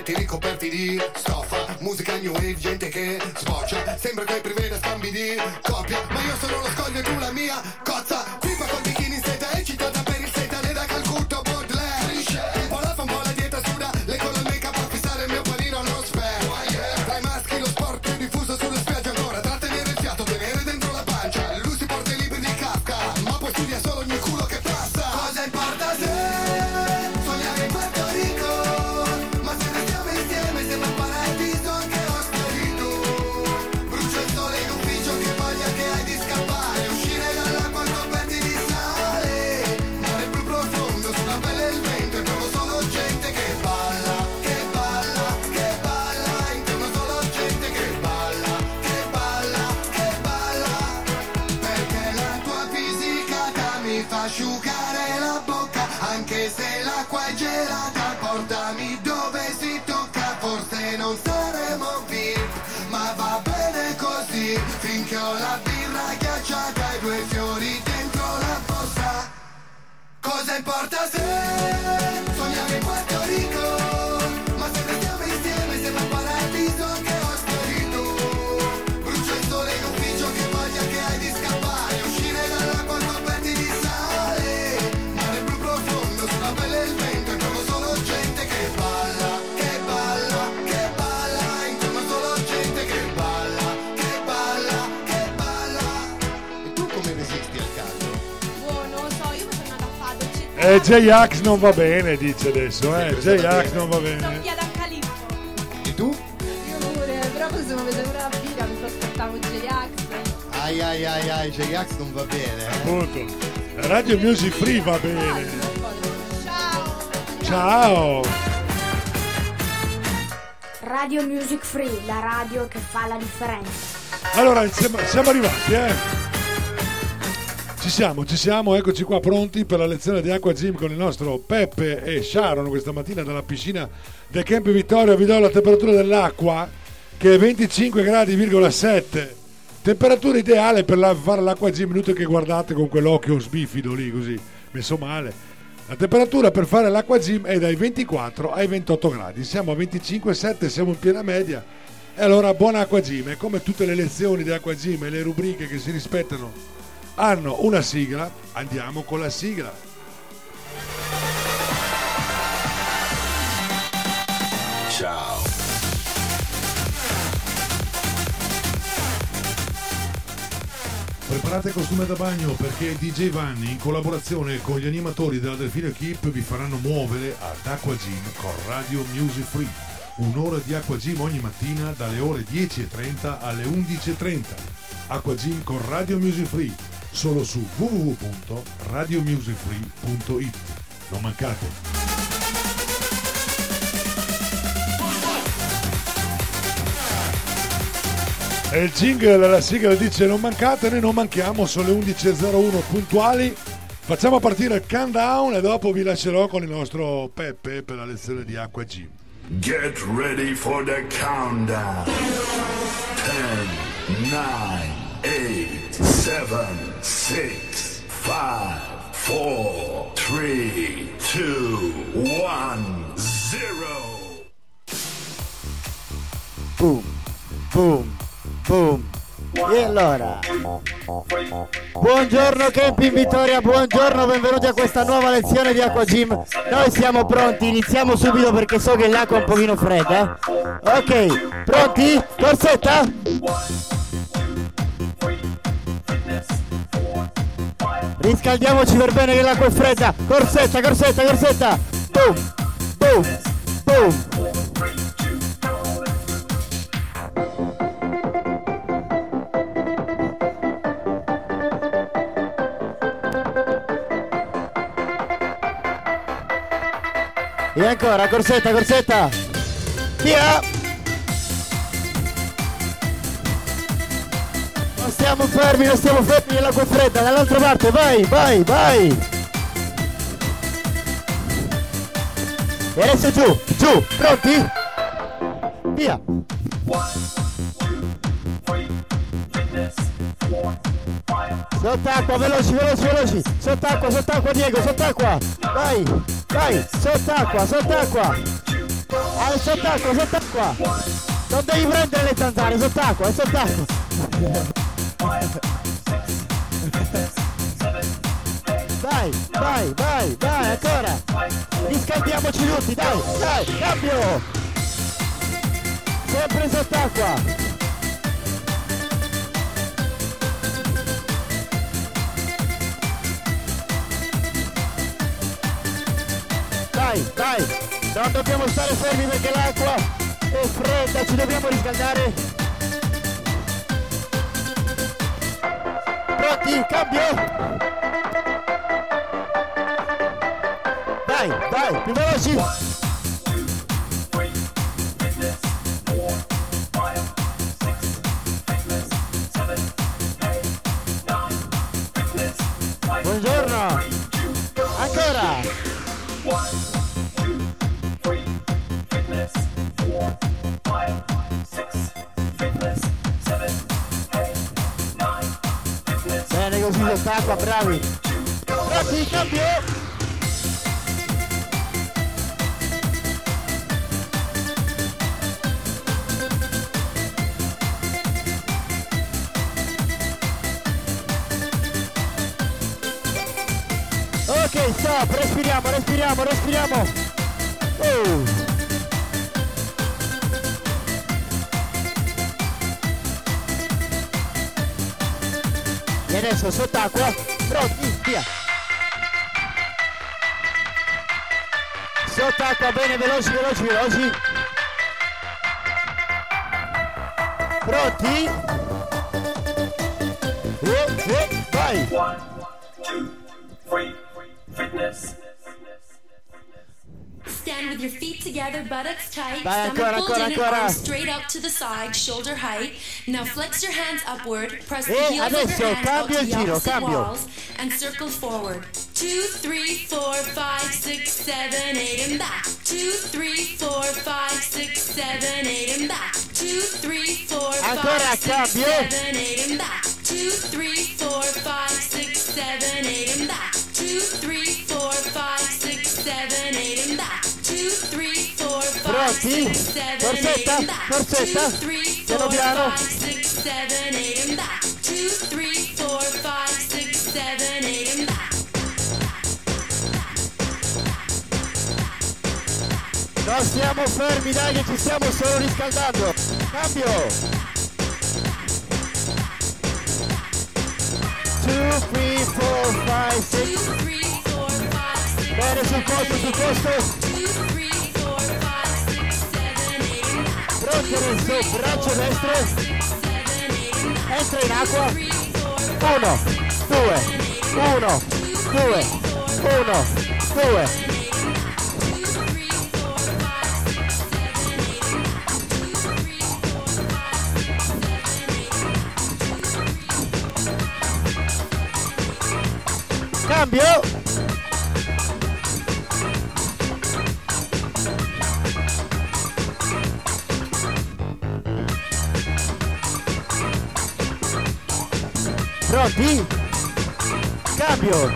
letti ricoperti di stoffa, musica new wave, gente che sboccia, sembra che preveda scambi di coppia, ma io sono lo scoglio e tu la mia cozza, pipa con bikini in seta eccitata per il setane da Calcutta Baudelaire, un po' la fa un po' la dieta suda, le con il make up a fissare il mio panino allo sperma, tra i maschi lo sport più diffuso sulle spiagge ancora, trattenere il fiato, tenere dentro la pancia, lui si porta i libri di Kafka, ma poi studia solo ogni culo che passa, cosa importa se sognare in Puerto Rico, ma se restiamo insieme sembra un paradiso anche ospedito, brucia il sole in ufficio, che voglia che hai di scappare, uscire dall'acqua coperti di sale, mare blu profondo sulla pelle il vento, e trovo solo gente che balla, che balla, che balla, intorno solo gente che balla, che balla, che balla, perché la tua fisicata mi fa asciugare la bocca, anche se l'acqua è gelata, portami dove si tocca, forse non saremo V I P, ma va bene così, finché ho la birra ghiacciata e due fiori dentro la borsa. Cosa importa se sogniamo in Puerto Rico, ma se restiamo insieme sembra un paradiso che ho spedito, brucia il sole in ufficio, che voglia che hai di scappare, uscire dall'acqua coperti di sale, mare blu profondo sulla pelle il vento, e trovo solo gente che balla, che balla, che balla, intorno solo gente che balla, che balla, che balla. E tu come resisti al caldo? Oh, non lo so, io mi sono andata a fare dolce. Eh, J-Ax non va bene, dice adesso, eh. J-Ax non va Sono bene. via da Calippo. E tu? Io pure, però così mi vedevo una birra, mi aspettavo J-Ax. Ai ai ai ai, J-Ax non va bene. Appunto. Radio Music Free va bene. Ciao. Ciao. Radio Music Free, la radio che fa la differenza. Allora, siamo, siamo arrivati, eh. Ci siamo, ci siamo, eccoci qua pronti per la lezione di Acqua Gym con il nostro Peppe e Sharon questa mattina dalla piscina del Camp Vittoria. Vi do la temperatura dell'acqua che è venticinque gradi virgola sette, temperatura ideale per la, fare l'acqua gym, minuto che guardate con quell'occhio sbifido lì così, messo male. La temperatura per fare l'acqua gym è dai ventiquattro ai ventotto gradi, siamo a venticinque virgola sette, siamo in piena media. E allora buona acqua gym, e come tutte le lezioni di acqua gym e le rubriche che si rispettano hanno una sigla, andiamo con la sigla. Ciao. Preparate costume da bagno perché D J Vanni in collaborazione con gli animatori della Delfino Equip vi faranno muovere ad Acqua Gym con Radio Music Free. Un'ora di Acqua Gym ogni mattina dalle ore dieci e trenta alle undici e trenta. Acqua Gym con Radio Music Free, solo su w w w punto radio music free punto it. Non mancate. E il jingle della sigla dice non mancate, noi non manchiamo, sono le undici e zero uno puntuali. Facciamo partire il countdown e dopo vi lascerò con il nostro Peppe per la lezione di Acqua Gym. Get ready for the countdown. ten, nine, eight, seven, six, five, four, three, two, one, zero. Boom, boom, boom. E allora, buongiorno Camping Vittoria, buongiorno, benvenuti a questa nuova lezione di Acqua Gym. Noi siamo pronti, iniziamo subito perché so che l'acqua è un pochino fredda. Ok, pronti? Corsetta? Riscaldiamoci per bene che l'acqua è fredda. Corsetta, corsetta, corsetta. Boom, boom, boom. E ancora, corsetta, corsetta. Via. Non stiamo fermi, non stiamo fermi nell'acqua fredda. Dall'altra parte, vai, vai, vai. E adesso giù, giù, pronti? Via. Sott'acqua, veloci, veloci, veloci. Sott'acqua, sott'acqua, Diego, sott'acqua. Vai, vai, sott'acqua, sott'acqua. Ah, è sott'acqua, sott'acqua. Non devi prendere le zanzare, sott'acqua, è sott'acqua. Vai, vai, vai, vai, ancora. Riscaldiamoci tutti, dai, dai, cambio. Sempre sott'acqua. Vai, vai, non dobbiamo stare fermi perché l'acqua è fredda, ci dobbiamo riscaldare. Pronti, cambio. Vai, vai, più veloci. Buongiorno. Ancora. Bene così sott'acqua, bravi. Pronti, cambio. Ok, stop, respiriamo, respiriamo, respiriamo. Oh. E adesso sott'acqua, pronti, via. Sott'acqua, bene, veloci, veloci, veloci. Pronti? E, e, vai. One, two, three, fitness. Stand with your feet together, buttocks tight, Vai, stomach ancora, pulled ancora, in and ancora. arms straight up to the side, shoulder height. Now flex your hands upward, press the E heels of adesso your hands out cambio to il the giro, opposite cambio. walls and circle forward. Two, three, four, five, six, seven, eight, and back. Two, three, four, five, six, seven, eight, and back. Two, three, four, Ancora five, six, cambio. seven, eight, and back. Two, three, four, five, six, seven, eight, and back. Two, three, four, five, six, seven, eight, and back. Two, three, four, five, Pronti? six, seven, eight, Forzetta, and back. forzetta. Two, three, Piano four, piano. five, six, seven, eight, and back. Two, three, four, five, six, seven, eight, and back. Non stiamo fermi, dai che ci stiamo solo riscaldando. Cambio. Two, three, four, five, six. Bene, sul posto, sul posto. Pronti adesso, braccio destro. Entra in acqua. Uno, due, uno, due, uno, due. Cambio. Pronti? Cambio.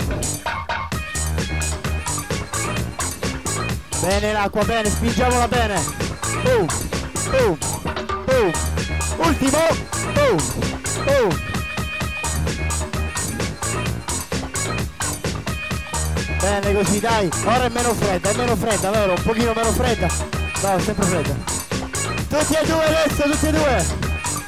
Bene l'acqua, bene, spingiamola bene. Boom, boom, boom. Ultimo. Boom, boom. Bene così, dai, ora è meno fredda, è meno fredda, vero? Un pochino meno fredda. No, sempre fredda. Tutti e due adesso, tutti e due.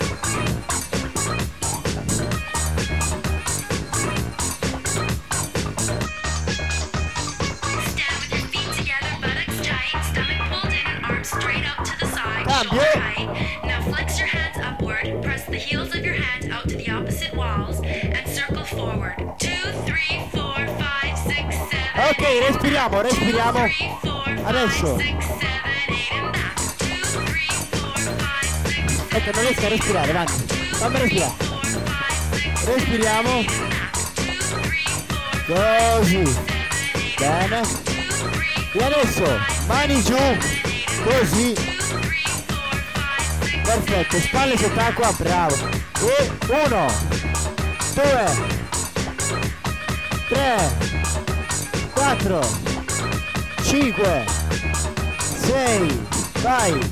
Cambio. Now flex your hands upward, press the heels of your hands out to the opposite walls and circle forward. Two, three, four, five, six, seven. Ok, respiriamo, respiriamo. Adesso. Ecco, non riesco a respirare, avanti. Fammi respirare. Respiriamo. Così. Bene. E adesso, mani giù. Così. Perfetto, spalle sott'acqua, bravo. E uno, due, tre, quattro, cinque, sei, vai.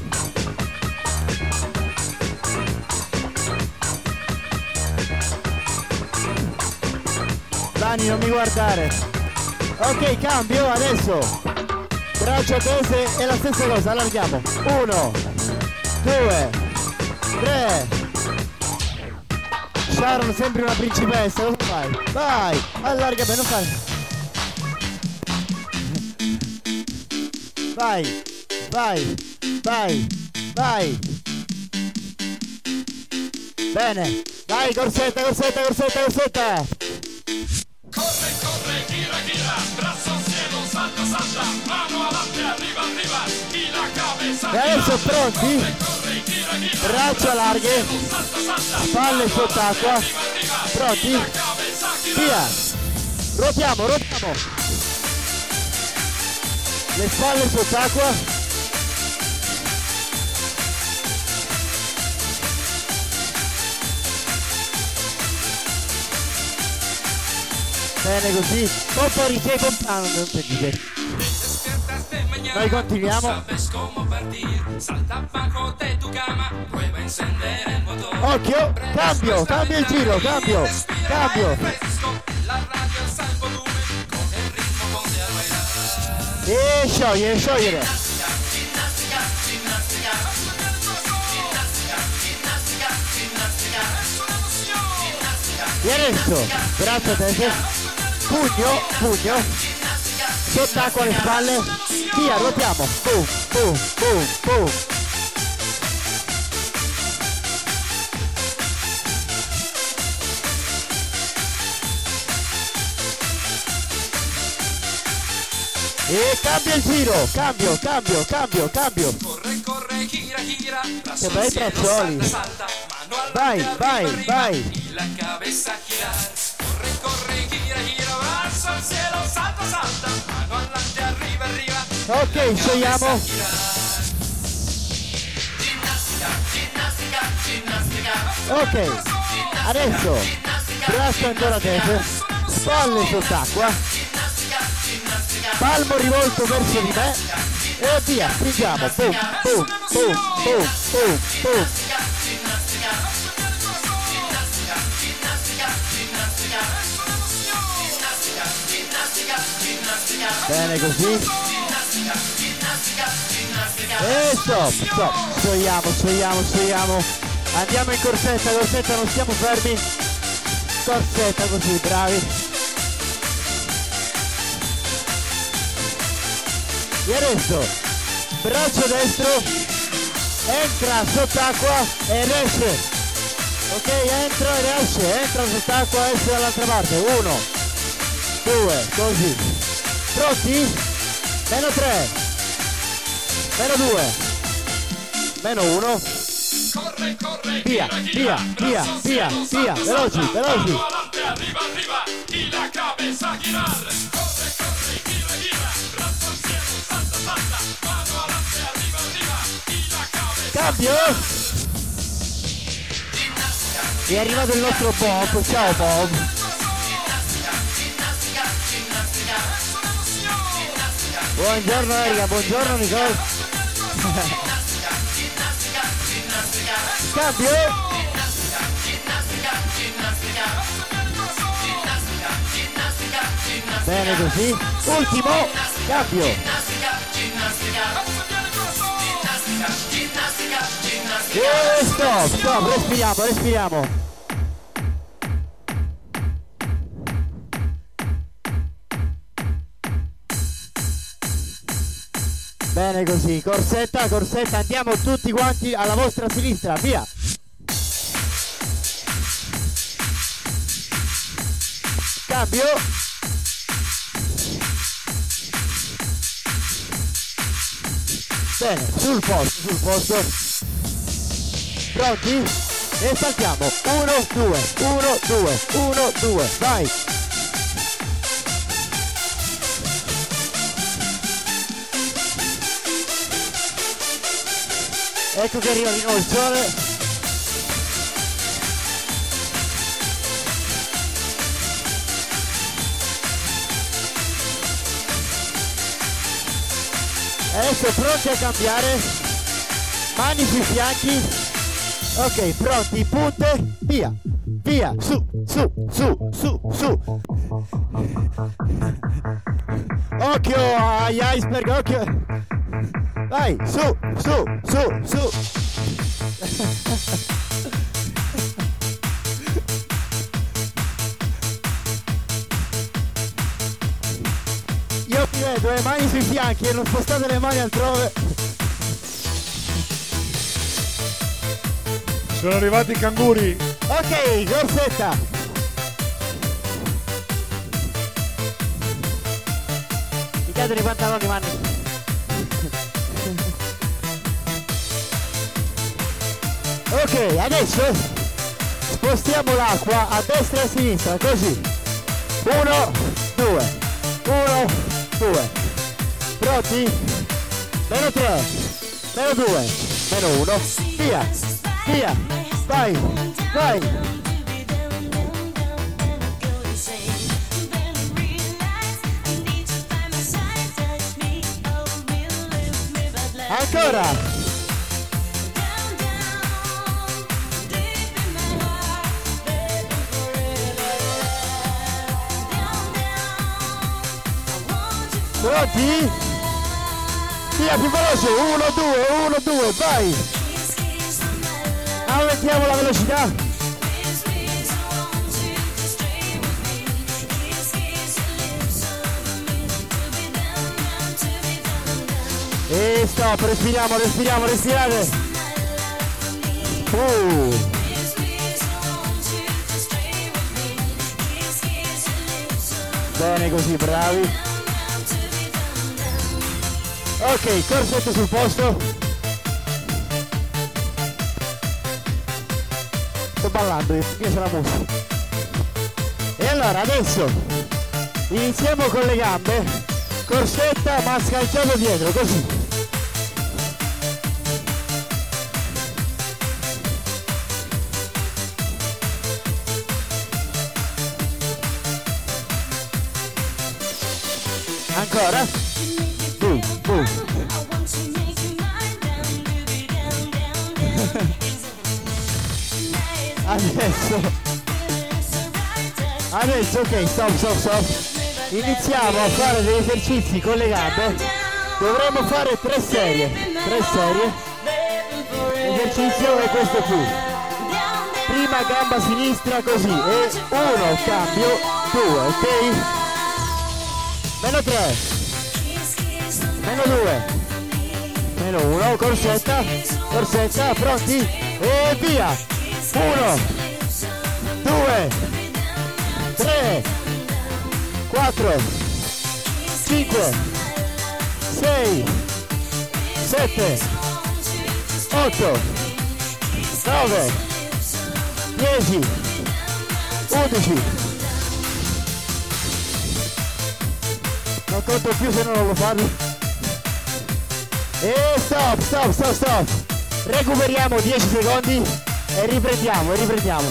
Dani, non mi guardare. Ok, cambio adesso. Braccia tese e la stessa cosa, allarghiamo. Uno, due, tre. Sharon, sempre una principessa, cosa fai? Vai, allarga bene, non fai. Vai, vai, vai, vai. Bene, vai, corsetta, corsetta, corsetta, corsetta. Corre, corre, gira, gira, brazo al cielo, salta, salta, mano adelante, arriva, arriva, y la cabeza. E adesso pronti? Corre, corre, gira, gira, braccia larghe, salta, salta, spalle sott'acqua, pronti? Via, ruotiamo, ruotiamo, le spalle sott'acqua, bene così, Poppari sei compleanno, non ti dice. Noi continuiamo. Occhio, cambio, cambio il giro, cambio, cambio. E sciogliere, sciogliere. E adesso, braccia a testa, pugno, pugno, sott'acqua alle spalle, via, ruotiamo, boom, boom, boom, boom. E cambia il giro, cambio, cambio, cambio, cambio. Corre, corre, gira, gira, Che bei braccioli. Vai, vai, vai. la cabeza girar. Corre, corre, gira, gira, brazo al cielo, salta, salta, mano adelante, arriba, arriba. Ok, scegliamo. Ginnastica, ginnastica, ginnastica. Ok, adesso braccia ancora a destra, spalle sott'acqua, palmo rivolto verso di me e via, stringiamo, boom, boom, boom, boom, boom, boom. Bene così. E stop, stop, sciogliamo, sciogliamo, sciogliamo. Andiamo in corsetta, corsetta, non stiamo fermi. Corsetta così, bravi. E adesso, braccio destro, entra sott'acqua e esce. Ok, entra ed esce, entra sott'acqua e esce dall'altra parte. Uno, due, così. Pronti? Meno tre, meno due, meno uno. Corre, corre, via, via, via, via, via, veloci, veloci. Mano adelante, arriba, arriba, y la cabeza girar. Corre, corre, gira, gira, brazo al cielo, salta, salta, mano adelante, arriba, arriba, y la cabeza. Cambio. È arrivato il nostro Bob, ciao Bob. Buongiorno Erika, buongiorno Nicole. Cambio. Bene così. Ultimo, cambio. E stop, stop, respiriamo, respiriamo. Bene così, corsetta, corsetta, andiamo tutti quanti alla vostra sinistra, via! Cambio! Bene, sul posto, sul posto! Pronti? E saltiamo! Uno, due, uno, due, uno, due, vai! Ecco che arriva di nuovo il sole. Adesso pronti a cambiare. Mani sui fianchi. Ok, pronti, punte, via, via, su, su, su, su, su. Occhio agli iceberg, occhio. Vai, su, su, su, su. Io vi vedo le mani sui fianchi e non spostate le mani altrove. Sono arrivati i canguri. Ok, corsetta. Mi cadono i pantaloni, Manni. Ok, adesso spostiamo l'acqua a destra e a sinistra, così. Uno, due. Uno, due. Pronti? Meno tre. Meno due. Meno uno. Via. Via. Vai. Vai. Ancora. Pronti? Via, più veloce, uno, due, uno, due, vai! Aumentiamo la velocità! E stop, respiriamo, respiriamo, respirate! Uh. Bene così, bravi! Ok, corsetto sul posto. Sto ballando, io sono la musica. E allora adesso iniziamo con le gambe. Corsetta ma scanciato dietro, così. Ancora. Boom, boom. Adesso Adesso ok, stop, stop, stop. Iniziamo a fare degli esercizi con le gambe. Dovremmo fare tre serie. Tre serie. L'esercizio è questo qui. Prima gamba sinistra così. E uno, cambio, due, ok? Meno tre. Meno due, meno uno, corsetta, corsetta, pronti? E via! Uno, due, tre, quattro, cinque, sei, sette, otto, nove, dieci, undici. Non conto più se non lo fate. E stop, stop, stop, stop. Recuperiamo dieci secondi e riprendiamo, e riprendiamo.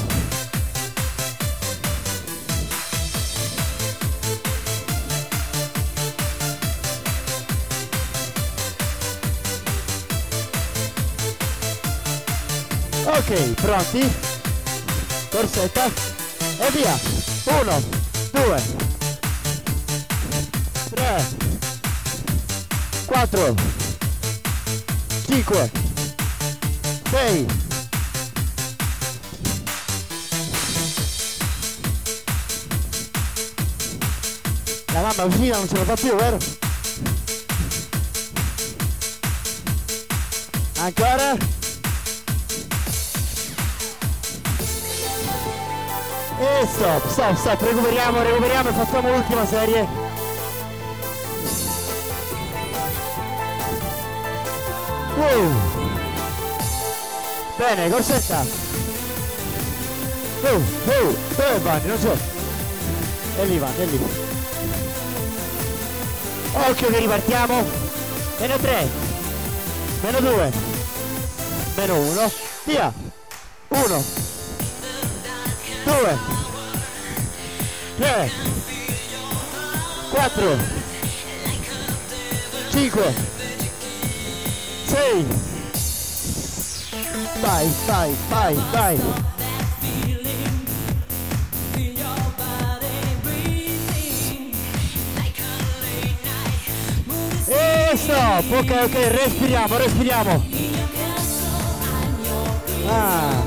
Ok, pronti? Corsetta e via. Uno, due, tre, quattro, cinque, sei, la mamma vicina non ce la fa più, vero? Ancora? E stop, stop, stop, recuperiamo, recuperiamo e facciamo l'ultima serie. Wow. Bene, corsetta. Oh, oh, dove vanno? Non so. E lì vanno, e lì. Occhio che ripartiamo. Meno tre. Meno due. Meno uno. Via. Uno. Due. Tre. Quattro. Cinque. Sei. Vai, vai, vai, vai. E stop, ok, ok, respiriamo, respiriamo. Ah.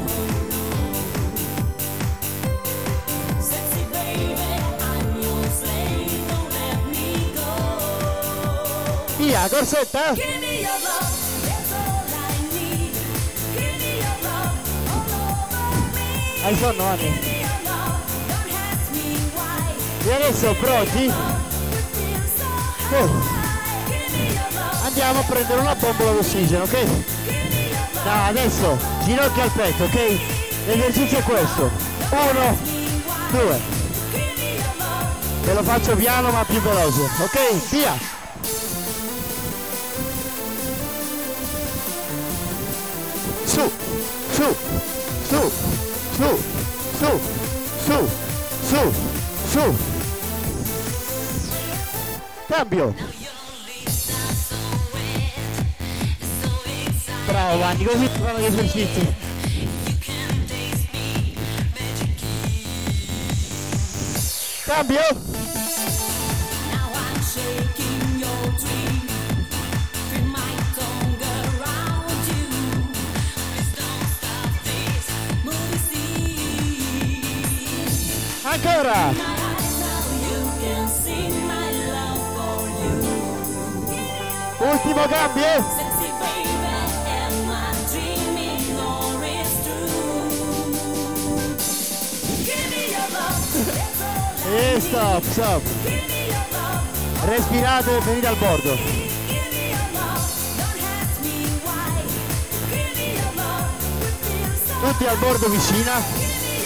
Via, corsetta. Hai sonno, Anni? E adesso pronti? Oh. Andiamo a prendere una bombola d'ossigeno, ok? No, adesso ginocchia al petto, ok? L'esercizio è questo. Uno, due. Ve lo faccio piano ma più veloce, ok? Via! Su, su, su, su, su, su, su, su. Cambio. Bravo Vanni, così si fanno gli esercizi. Cambio. Ancora. Ultimo cambio. E stop, stop. Respirate e venite al bordo. Tutti al bordo vicina.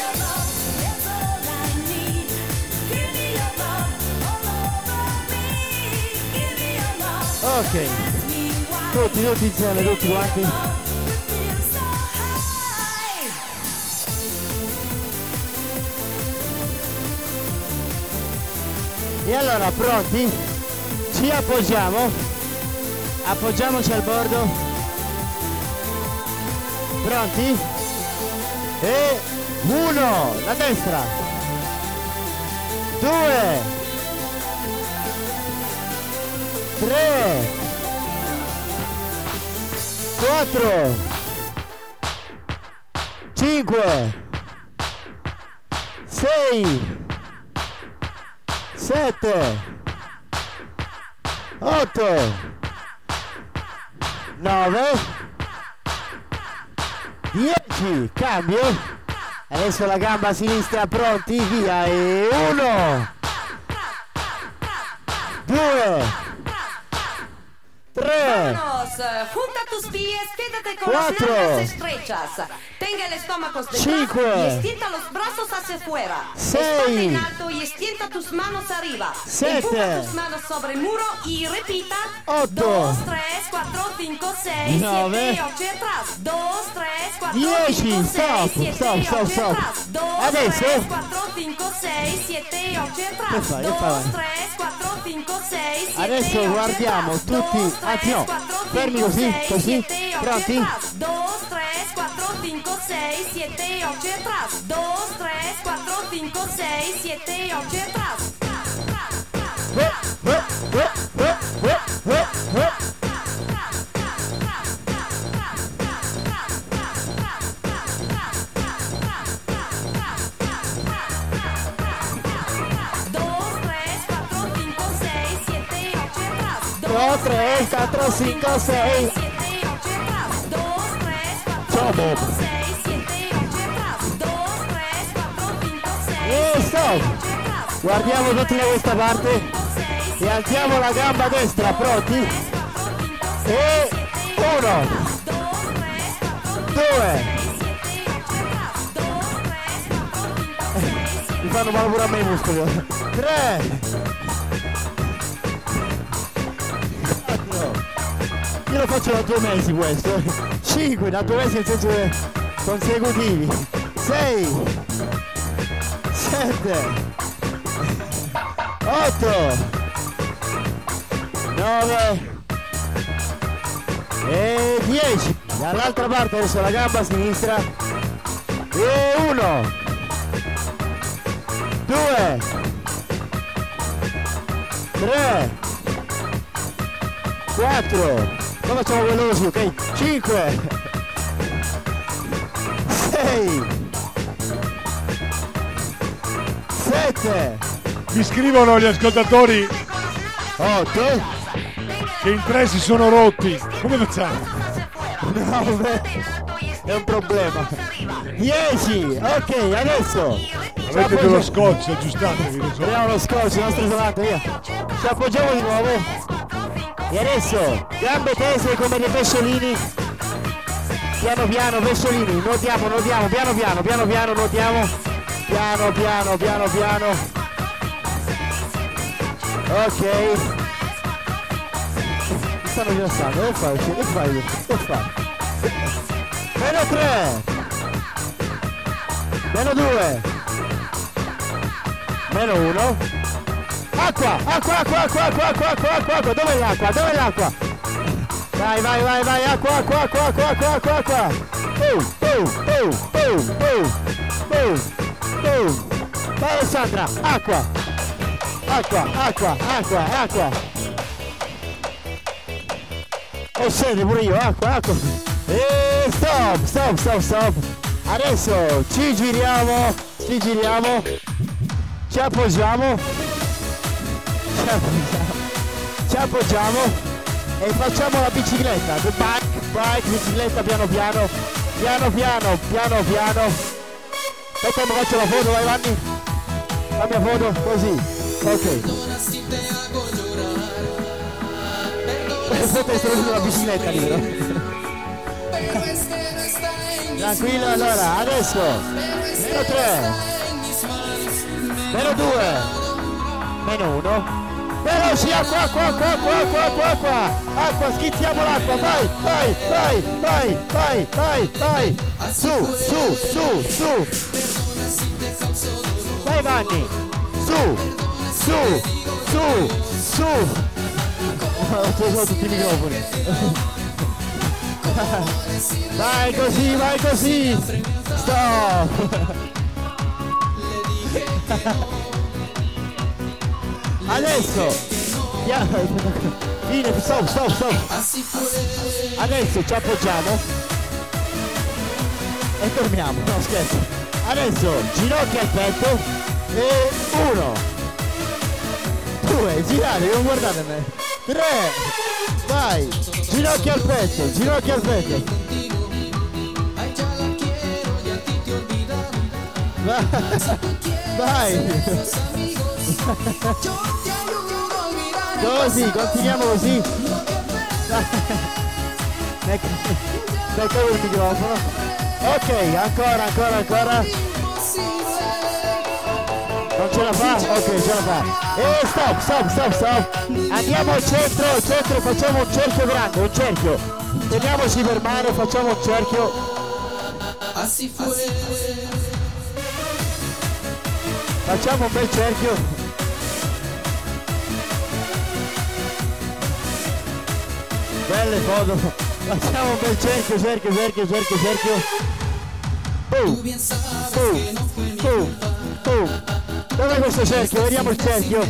Ok, tutti, tutti insieme, tutti quanti. E allora, pronti? Ci appoggiamo. Appoggiamoci al bordo. Pronti? E uno, la destra. Due. Tre, quattro, cinque, sei, sette, otto, nove, dieci. Cambio. Adesso la gamba sinistra, pronti, via. E uno, due, tres. Vámonos, junta tus pies, quédate con Cuatro. las nalgas estrechas. Tenga el estómago detrás Cinco. y extienda los brazos hacia afuera. Seis. Espalda en alto y extienda tus manos arriba. Siete. Empuja tus manos sobre el muro y repita. Ocho. Dos, tres, cuatro, cinco, seis, Nove. siete, ocho atrás. Dos, tres, cuatro, Dieci. cinco, Stop, seis, siete, stop, stop, ocho stop. atrás. Dos, Adesso. tres, cuatro, cinco, seis, siete, ocho Che atrás. fai, che Dos, fai? tres, cuatro, cinco, seis, siete, Adesso ocho guardiamo atrás. tutti, Dos, anzi no, tres, cuatro, fermi cinco, così, seis, così, siete, ocho pronti? atrás. Dos, tres, cuatro, cinco, seis, siete, ocho atrás. Dos, tres, cuatro, cinco, seis, siete, ocho atrás. Eh, eh, eh, eh, eh, eh, eh. Dos, tres, cuatro, cinco, seis. Ciao Bob. E stop. Guardiamo tutti da questa parte e alziamo la gamba destra, pronti? E uno, due. Mi fanno male pure a me i muscoli. Tre. Io lo faccio da due mesi questo. cinque, da due mesi nel senso che consecutivi. sei, sette, otto, nove e dieci. Dall'altra parte adesso la gamba a sinistra. E uno, due, tre, quattro, poi facciamo veloci, ok? cinque, sei, sette. Mi scrivono gli ascoltatori otto, che in tre si sono rotti. Come facciamo? nove, è un problema. dieci, ok, adesso avete dello scotch, aggiustatevi. prendiamo lo scotch, il nostro isolante, via. Ci appoggiamo di nuovo. E adesso gambe tese come dei pesciolini. Piano piano, pesciolini, nuotiamo, nuotiamo, piano piano, piano piano, nuotiamo. Piano piano, piano piano. Ok. Mi stanno rilassando, che fai? Che fai? Che fai? Meno tre. Meno due. Meno uno. Acqua, acqua, acqua, acqua, acqua, acqua, acqua, acqua, acqua. Dov'è l'acqua? Dov'è l'acqua? Vai, vai, vai, vai, acqua, acqua, acqua, acqua, acqua, acqua, acqua. Boom, boom, boom, boom, boom, boom, boom. Vai Alessandra, acqua. Acqua, acqua, acqua, acqua. Ho sede pure io, acqua, acqua. E stop, stop, stop, stop. Adesso ci giriamo, ci giriamo, ci appoggiamo, ci appoggiamo, ci appoggiamo e facciamo la bicicletta. The bike, bike, bicicletta piano piano, piano piano, piano piano. Aspetta, mi faccio la foto, vai Vanni. La mia foto, così. Ok. Aspetta, sto usando la bicicletta lì però. Tranquillo, allora, adesso meno tre, meno due, meno uno, veloci, acqua, acqua, acqua, acqua, acqua, acqua, acqua, acqua, schizziamo l'acqua, vai, vai, vai, vai, vai, vai, vai, su, su, su, su, vai Vanni, su, su, su, su, ho preso tutti i microfoni. Vai così, vai così. Stop. Adesso fine, stop, stop, stop. Adesso ci appoggiamo e fermiamo, no scherzo. Adesso ginocchia al petto e uno, due, girate, non guardate me. Tre, vai, ginocchio al petto, ginocchio al petto. Vai, vai. Così, continuiamo così. Ecco il microfono. Ok, ancora, ancora, ancora. Non ce la fa? Ok, ce la fa. E stop, stop, stop, stop. Andiamo al centro, al centro, facciamo un cerchio grande, un cerchio. Teniamoci per mano, facciamo un cerchio. Facciamo un bel cerchio. Belle foto. Facciamo un bel cerchio, cerchio, cerchio, cerchio, cerchio. Boom, boom, boom, boom. Dov'è questo cerchio? Vediamo il cerchio.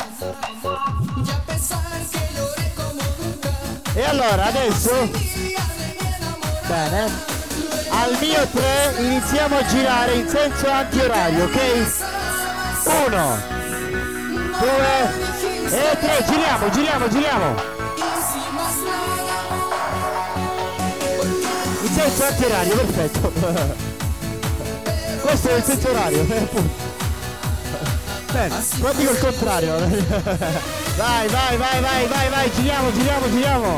E allora adesso, bene, al mio tre iniziamo a girare in senso antiorario, ok? Uno, due e tre, giriamo, giriamo, giriamo. In senso antiorario, perfetto. Questo è il senso orario, appunto. Bene, qua dico il contrario. Vai, vai, vai, vai, vai, vai, giriamo, giriamo, giriamo.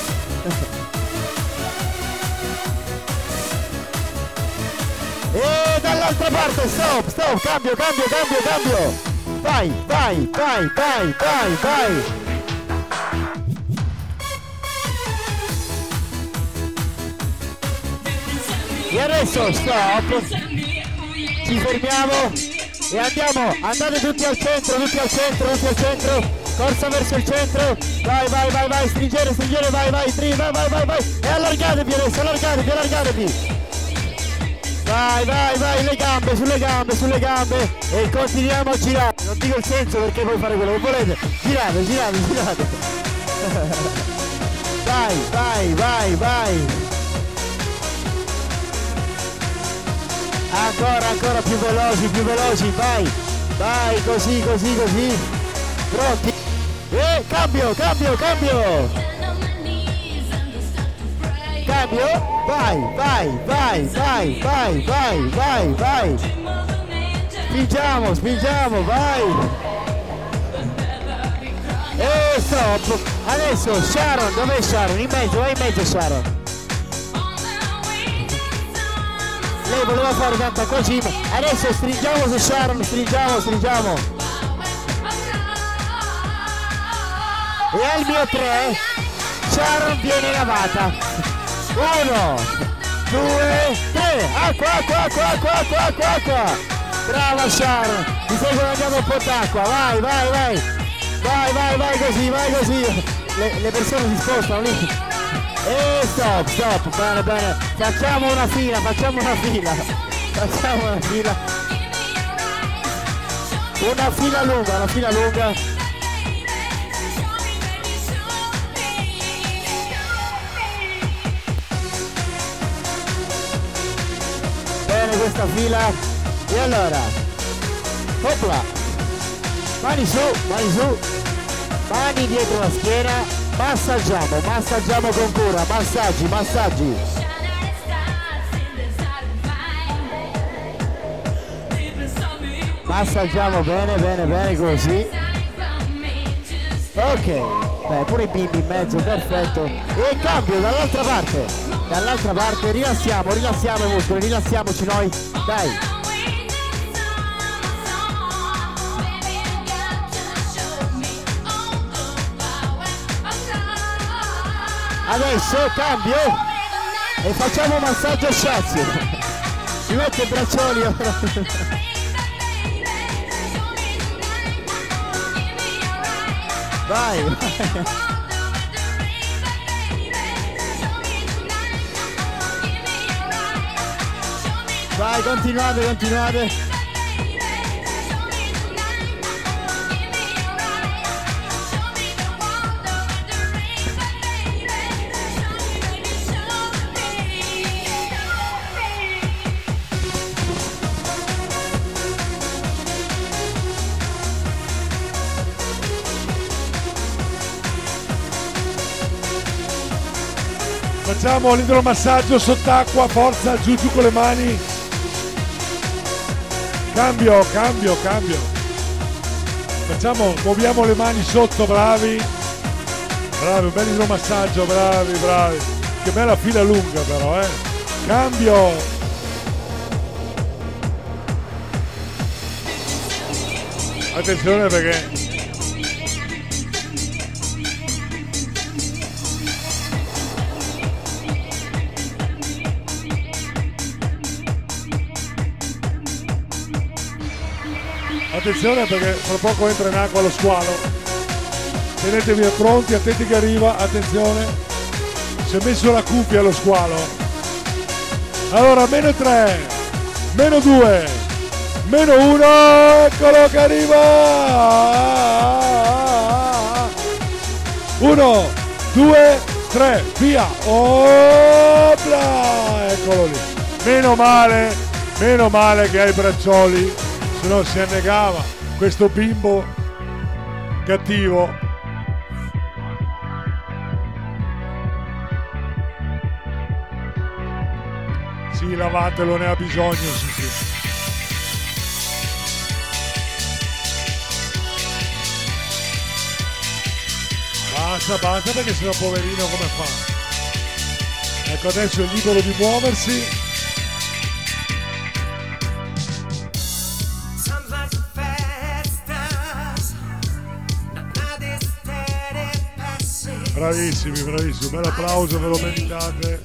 E dall'altra parte, stop, stop, cambio, cambio, cambio, cambio. Vai, vai, vai, vai, vai, vai. E adesso stop. Ci fermiamo. E andiamo, andate tutti al centro, tutti al centro, tutti al centro. corsa verso il centro, vai vai vai vai, stringere, stringere, vai vai, string, vai vai vai vai, e allargatevi adesso, allargatevi, allargatevi. Vai, vai, vai, le gambe, sulle gambe, sulle gambe e continuiamo a girare. Non dico il senso perché puoi fare quello che volete. Girate, girate, girate. Vai, vai, vai, vai. Ancora, ancora più veloci, più veloci, vai. Vai, così, così, così. Pronti? E cambio, cambio, cambio. Cambio. Vai, vai, vai, vai, vai, vai, vai, vai. Spingiamo, spingiamo, vai. E stop. Adesso Sharon, dov'è Sharon? In mezzo, vai in mezzo Sharon. Lei voleva fare tanta così, ma adesso stringiamo su Sharon, stringiamo, stringiamo. E al mio tre Sharon viene lavata. Uno, due, tre, acqua, acqua, acqua, acqua, acqua, acqua, acqua. Brava Sharon, ti stai guadagnando un po' d'acqua, vai, vai, vai. Vai, vai, vai così, vai così. Le, le persone si spostano lì. E stop, stop, bene, bene. Facciamo una fila, facciamo una fila. Facciamo una fila. Una fila lunga, una fila lunga. Bene questa fila. E allora. Opla. Mani su, mani su. Mani dietro la schiena. Massaggiamo, massaggiamo con cura, massaggi, massaggi. Massaggiamo bene, bene, bene, così. Ok, beh, pure i bimbi in mezzo, perfetto. E cambio dall'altra parte. Dall'altra parte, rilassiamo, rilassiamo i muscoli, rilassiamoci noi. Dai. Adesso cambio e facciamo un massaggio a shazio. Si mette i braccioli. Vai, vai. Vai, continuate, continuate. Facciamo l'idromassaggio sott'acqua, forza, giù giù con le mani. Cambio, cambio, cambio. Facciamo, muoviamo le mani sotto, bravi. Bravi, un bel idromassaggio, bravi, bravi. Che bella fila lunga però, eh. Cambio. Attenzione perché attenzione perché fra poco entra in acqua lo squalo. Tenetevi pronti, attenti che arriva, attenzione. Si è messo la cuffia lo squalo. Allora, meno tre, meno due, meno uno, eccolo che arriva! Uno, due, tre, via! Opla! Eccolo lì. Meno male, meno male che hai i braccioli. Se no si annegava questo bimbo cattivo. Sì, lavatelo, ne ha bisogno, sì, sì. Basta, basta perché sennò poverino come fa? Ecco, adesso è libero di muoversi. Bravissimi, bravissimi, bel applauso, ve lo meritate.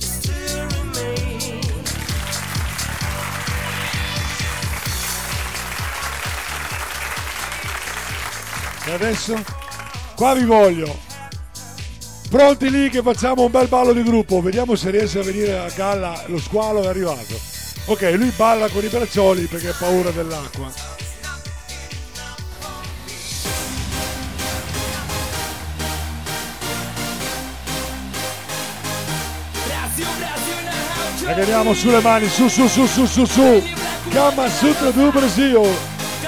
E adesso Qua vi voglio. Pronti lì che facciamo un bel ballo di gruppo. Vediamo se riesce a venire a galla. Lo squalo è arrivato. Ok, lui balla con i braccioli perché ha paura dell'acqua. E andiamo sulle mani, su su su su su su. Kama Sutra do Brasil.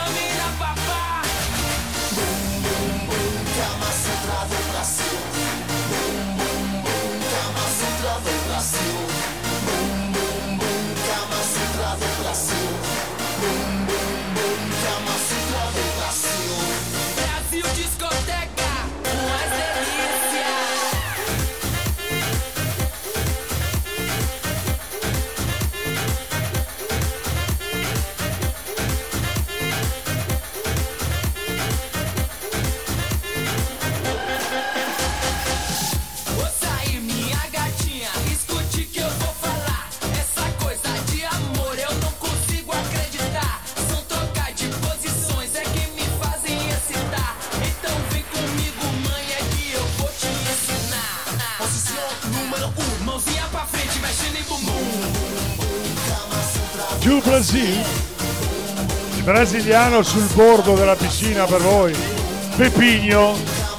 Giù Brasil, il brasiliano sul bordo della piscina per voi, Pepinho,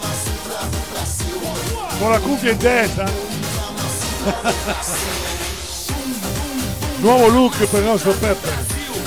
con la cuffia in testa, nuovo look per il nostro Peppe.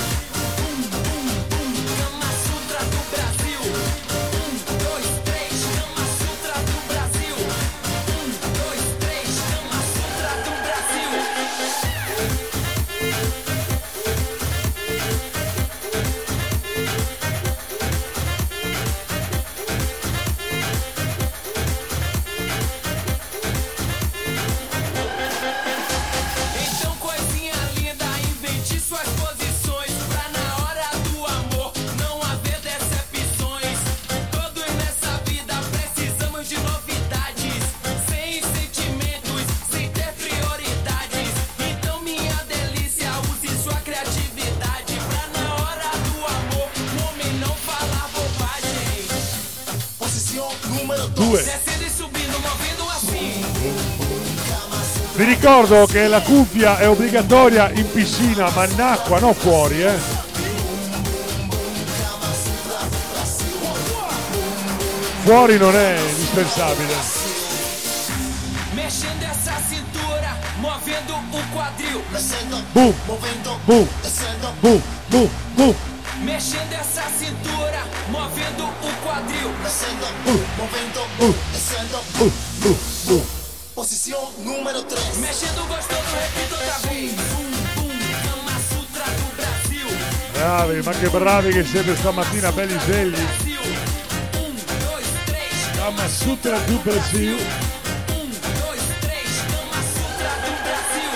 Vi ricordo che la cuffia è obbligatoria in piscina, ma in acqua, non fuori, eh. Fuori non è indispensabile. Mexendo essa cintura, movendo o quadril. Boom, boom, boom, boom, boom. Mexendo essa cintura, movendo o quadril. Uh, movendo, uh, descendo. Uh, uh, uh. Posição número três. Mexendo gostoso, repito outra vez. Bum, bum, Kama Sutra do Brasil. Bravi, ma che bravi che siete stamattina, belli svegli. Um, dois, três. Kama Sutra do Brasil. Um, dois, três. Kama Sutra do Brasil.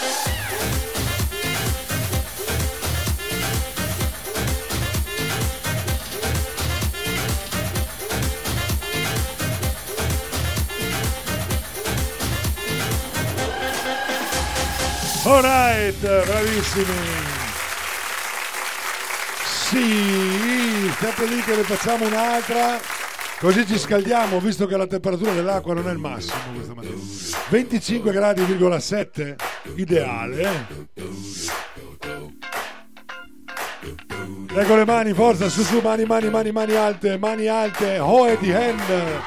Alright, bravissimi. Sì, state lì che ne facciamo un'altra, così ci scaldiamo, visto che la temperatura dell'acqua non è il massimo questa mattina. venticinque gradi virgola sette, ideale. Leggo le mani, forza, su su, mani, mani, mani, mani alte, mani alte, hoe di hand.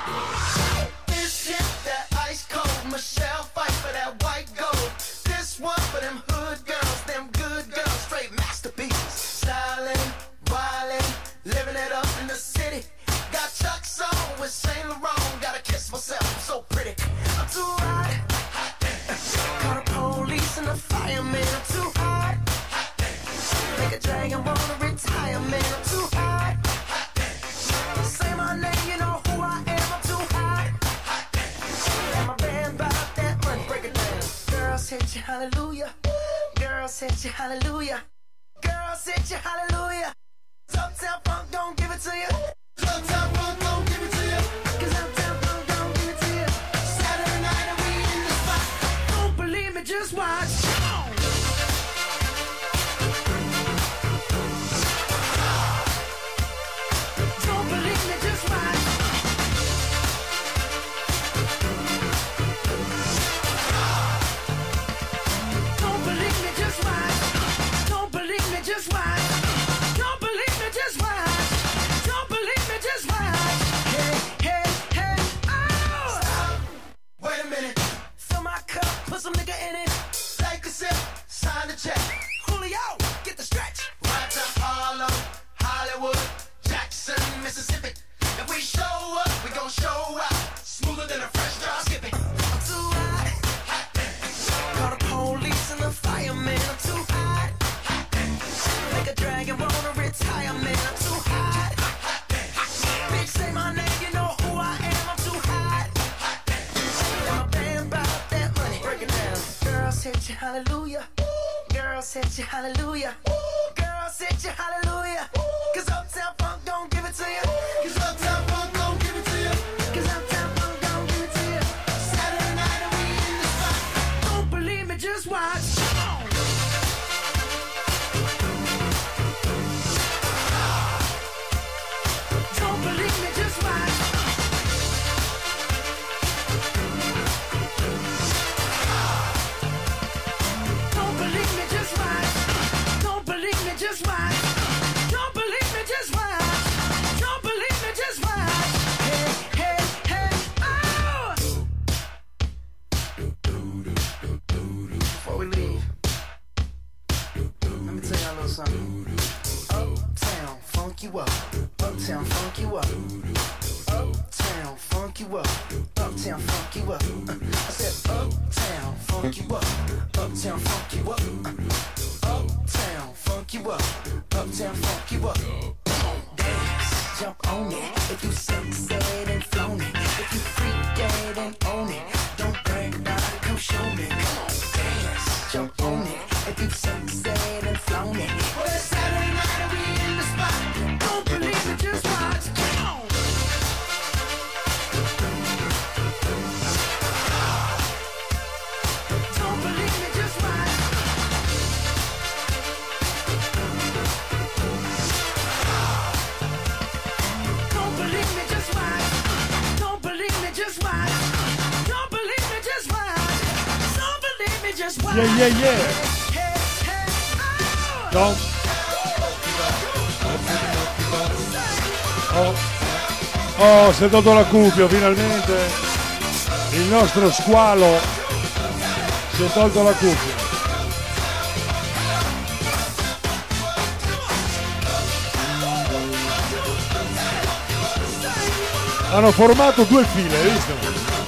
Hallelujah, girl said you hallelujah, girl said you hallelujah. Uptown Funk don't give it to you. Uptown Funk don't give it to you. Cause Uptown Funk don't give it to you. Saturday night and we in the spot. Don't believe me, just watch. Don't believe me, just watch. hallelujah. Girl, set you hallelujah. Girl, set you hallelujah. Cause Uptown Funk don't give it to you. Cause Uptown Funk don't give it to you. Cause Uptown Funk don't give it to you. Saturday night and we in the spot. Don't believe me, just watch. Don't believe me, just watch. Don't believe me, just watch. Don't believe me, just watch. Don't believe me, just watch. Don't believe me, just watch. Hey, hey, hey, oh! Before we leave, let me tell y'all a little something. Uptown, funk you up. Uptown, funk you up. Uptown, funk you up. Uptown, funk you up. I said uptown, funk you up. Uptown, funk you up. Uptown, funk you up. Uptown, funk you up. Dance, jump on it. If you sunset and flown it. If you freak dead and own it. Don't brag about it, come show me. Come on, dance, jump on it. If you sunset and flown it. Well, it's Saturday night and we in the spot. Don't believe it, just watch. Come on. Don't believe me, just watch. Don't believe me, just watch. Don't believe me, just watch. Don't believe me, just watch. Don't believe me, just watch. Yeah, yeah, yeah. Don't. Oh. Oh, si è tolto la cuffia finalmente. Il nostro squalo si è tolto la cuffia. Hanno formato due file, hai visto?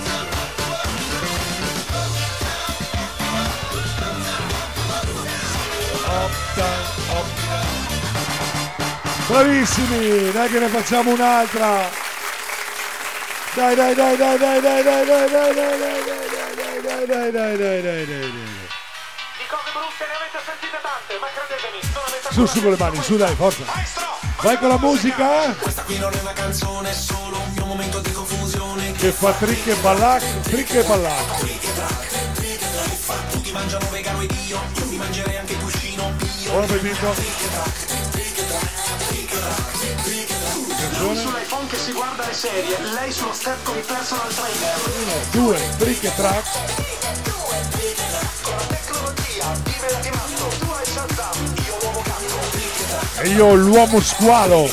Bravissimi, dai che ne facciamo un'altra. Dai dai dai dai dai dai dai dai dai dai dai dai dai dai dai dai dai. Di cose brutte ne avete sentite tante, ma credetemi, non avete Su su con le mani, su dai, forza. Vai con la musica. Questa qui non è una canzone, è solo un mio momento di confusione. Che fa trick e ballac, trick e ballac. Tutti mangiano vegano ed io, io mi mangerei anche il cuscino. Buon appetito. Sull'iPhone che si guarda le serie, lei sullo step con il personal trainer. Uno, due, trick e track. Con la tecnologia vive il rimasto, tu hai Shazam, io l'uomo gatto. E io l'uomo squalo.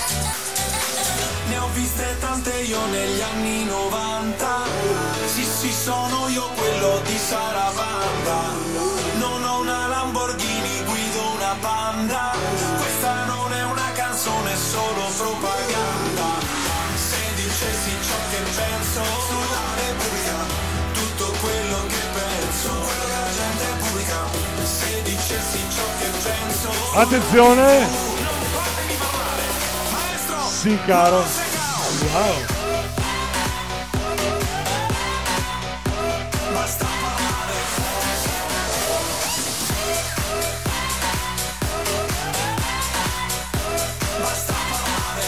Ne ho viste tante io negli anni novanta. Sì sì sono io quello di Sarabanda. Non ho una Lamborghini, guido una Panda. Questa non è una canzone, è solo propaganda. Se dicessi ciò che penso sulla Repubblica, tutto quello che penso, quello che la gente pubblica. Se dicessi ciò che penso. Attenzione. Non fatemi parlare, maestro. Sì, caro. Wow. Basta parlare. Basta parlare.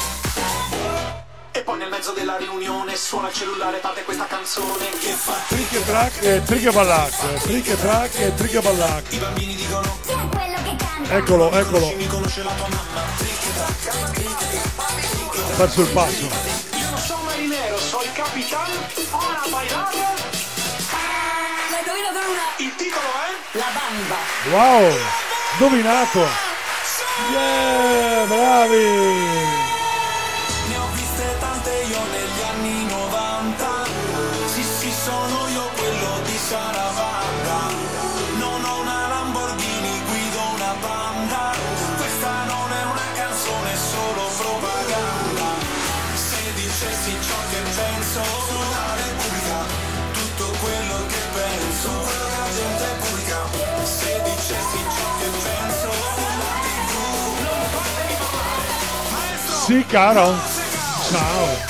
E poi nel mezzo della riunione suona il cellulare, parte questa canzone che fa Trick e track e trick e ballac. Trick e track e trick e ballac. I bambini dicono Tu è quello che canta. Eccolo, eccolo. mi conosce la tua mamma. Trick e track. Ha perso il passo. Io non sono marinero, sono il capitano. Ora bailare. La indovino con una. Il titolo è La bamba. Wow, dominato. Yeah, bravi. Ne ho viste tante io negli anni novanta. Sì sì sono io quello di Saravanda. Non ho una Lamborghini, guido una Panda. Questa non è una canzone, è solo propaganda. Se dicessi ciò che penso sulla Repubblica, tutto quello che penso, quello che la gente pubblica. Se dicessi ciò che penso sulla tivù, non fatemi parlare, maestro. Sì, caro. Ciao.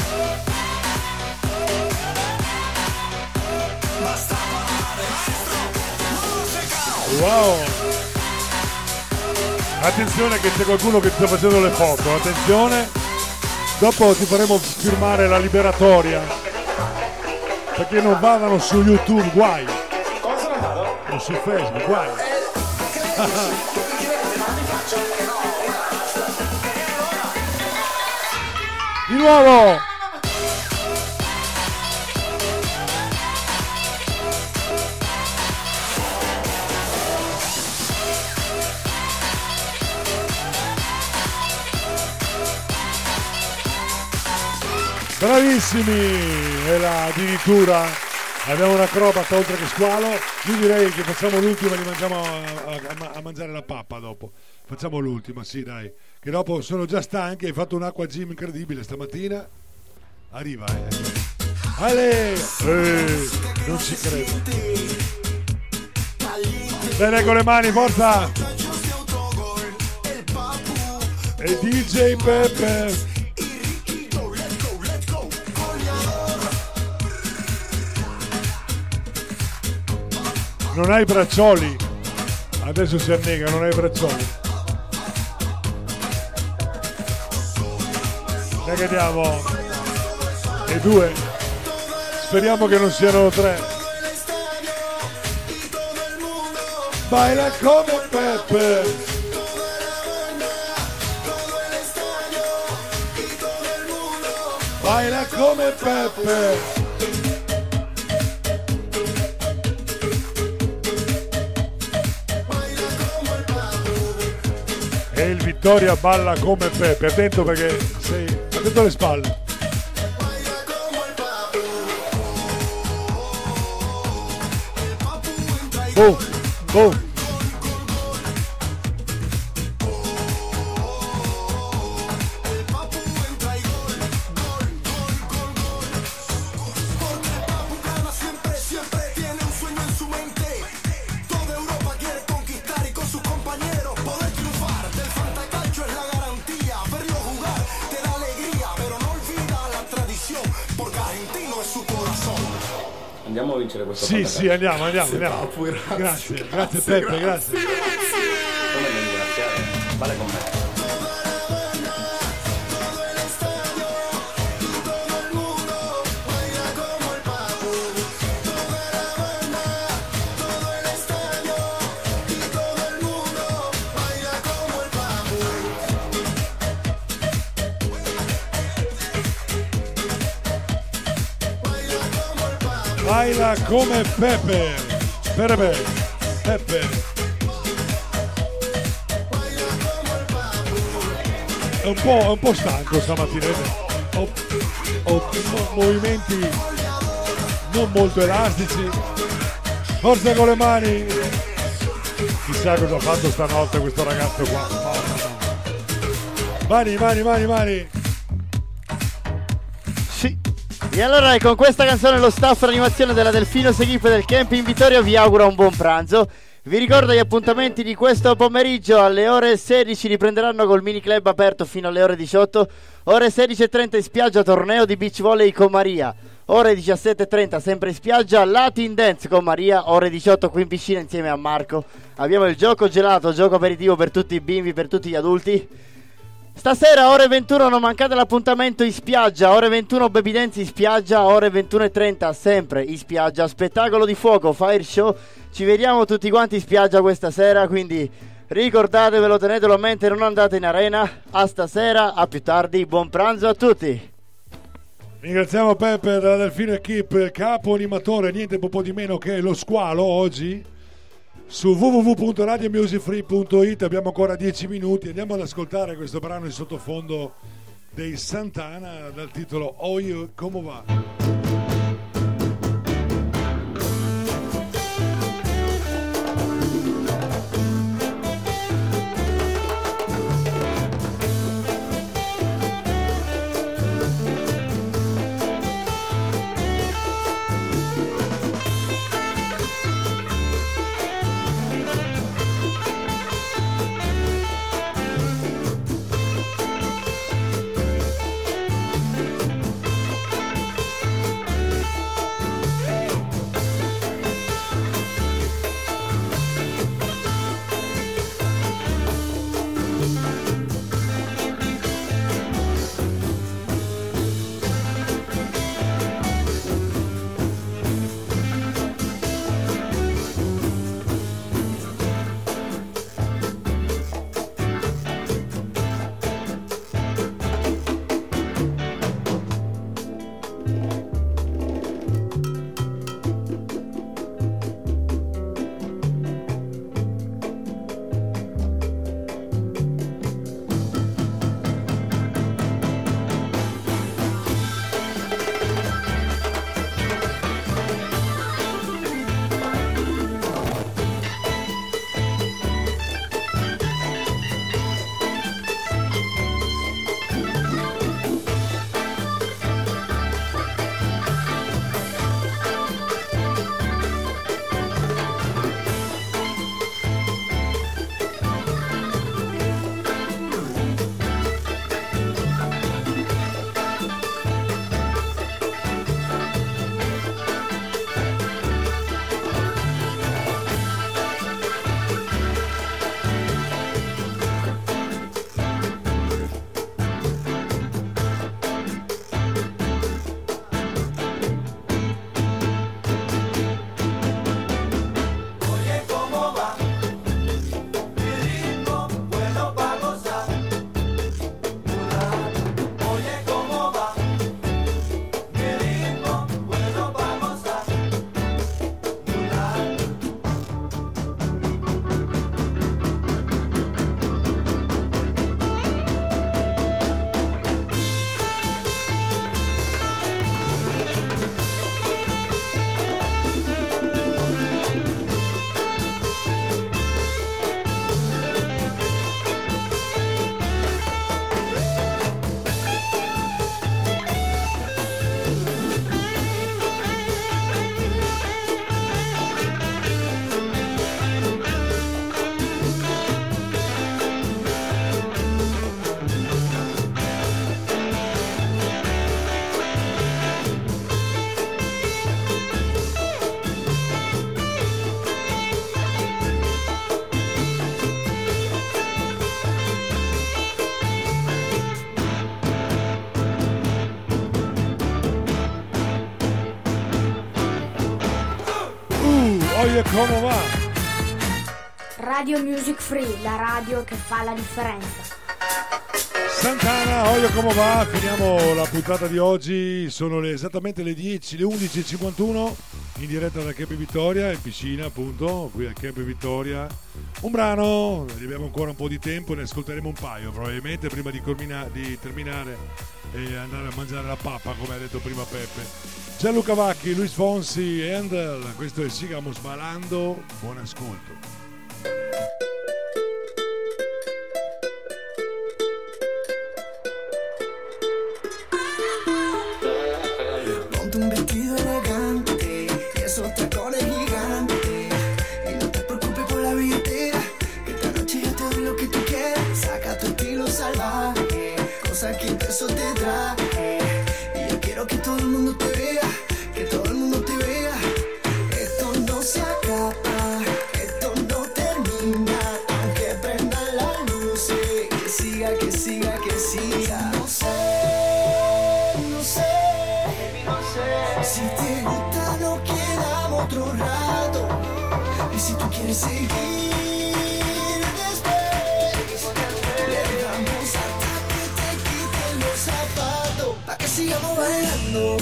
Basta parlare, maestro. Non lo sai Wow! Attenzione che c'è qualcuno che ti sta facendo le foto, attenzione! Dopo ti faremo firmare la liberatoria perché non vadano su YouTube, guai! O su Facebook, guai! Di nuovo! Bravissimi! E là addirittura abbiamo un acrobata oltre che squalo. Io direi che facciamo l'ultima e li mangiamo a, a, a mangiare la pappa dopo. Facciamo l'ultima, sì dai. Che dopo sono già stanchi, hai fatto un acqua gym incredibile stamattina. Arriva, eh. Ale! Eh, non ci credo. Bene con le mani, forza! E D J Peppe! Non hai braccioli, adesso si annega, non hai braccioli. Ne vediamo. E due. Speriamo che non siano tre. Baila come Peppe. Baila come Peppe. E il Vittoria balla come Peppe. Attento perché sei attento alle spalle. Boom, boom. Andiamo a vincere questo Sì, sì, andiamo, andiamo, andiamo. Papu, grazie. Grazie, grazie Peppe, grazie. Non mi ringraziare, vale con me. Baila come Peppe. Pepe. Peppe. È un po', è un po' stanco stamattina. Ho, ho movimenti non molto elastici. Forza con le mani. Chissà cosa ha fatto stanotte questo ragazzo qua. Mani, mani, mani, mani. E allora è con questa canzone lo staff animazione della Delfino Equipe del Camping Vittorio vi augura un buon pranzo. Vi ricordo gli appuntamenti di questo pomeriggio. Alle ore sedici riprenderanno col mini club aperto fino alle ore diciotto. Ore sedici e trenta in spiaggia torneo di beach volley con Maria. Ore diciassette e trenta sempre in spiaggia Latin Dance con Maria. Ore diciotto qui in piscina insieme a Marco. Abbiamo il gioco gelato, gioco aperitivo per tutti i bimbi, per tutti gli adulti. Stasera ore ventuno non mancate l'appuntamento in spiaggia. Ore ventuno baby dance in spiaggia. Ore ventuno e trenta sempre in spiaggia. Spettacolo di fuoco, fire show. Ci vediamo tutti quanti in spiaggia questa sera, quindi ricordatevelo, tenetelo a mente, non andate in arena. A stasera, a più tardi, buon pranzo a tutti. Ringraziamo Peppe della Delfino Equipe, capo animatore, niente po' di meno che lo squalo oggi. Su w w w punto radio music free punto it abbiamo ancora dieci minuti. Andiamo ad ascoltare questo brano in sottofondo dei Santana dal titolo Oh You Come Va. Oye, come va? Radio Music Free, la radio che fa la differenza. Santana, oye, come va? Finiamo la puntata di oggi, sono le, esattamente le dieci, le undici e cinquantuno, in diretta da Camp Vittoria, in piscina appunto, qui a Camp Vittoria. Un brano, abbiamo ancora un po' di tempo, ne ascolteremo un paio probabilmente prima di, cormina, di terminare e andare a mangiare la pappa, come ha detto prima Peppe. Gianluca Vacchi, Luis Fonsi e Handel, questo è Sigamos Balando, buon ascolto. Ponte un vestido elegante y esos tacones gigantes. Y no te preocupes por la billetera, que esta noche yo te doy lo que tú quieras. Saca tu estilo salvaje, cosa que eso te traje. Y yo quiero que todo el mundo te vea, que todo el mundo te vea. Esto no se acaba, esto no termina, aunque prendan las luces. Que siga, que siga, que siga. No sé, no sé. Si te gusta nos quedamos otro rato. Y si tú quieres seguir después, le damos hasta que te quiten los zapatos, pa' que sigamos bailando.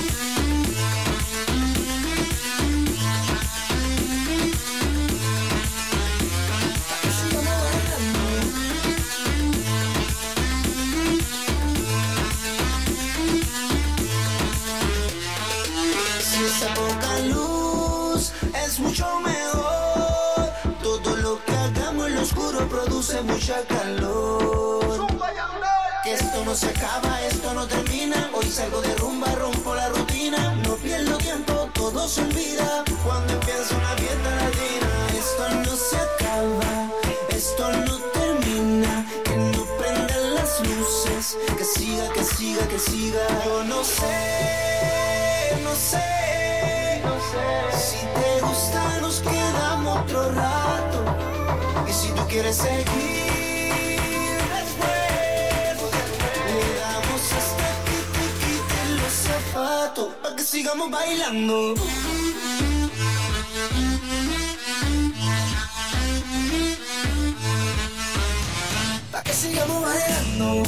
Esa poca luz es mucho mejor. Todo lo que hagamos en lo oscuro produce mucha calor. Que esto no se acaba, esto no termina. Hoy salgo de rumba, rompo la rutina. No pierdo tiempo, todo se olvida cuando empieza una fiesta latina. Esto no se acaba, esto no termina. Que no prendan las luces. Que siga, que siga, que siga. Yo no sé, no sé. Si te gusta nos quedamos otro rato. Y si tú quieres seguir después, le damos hasta que te quiten los zapatos, pa' que sigamos bailando. Pa' que sigamos bailando.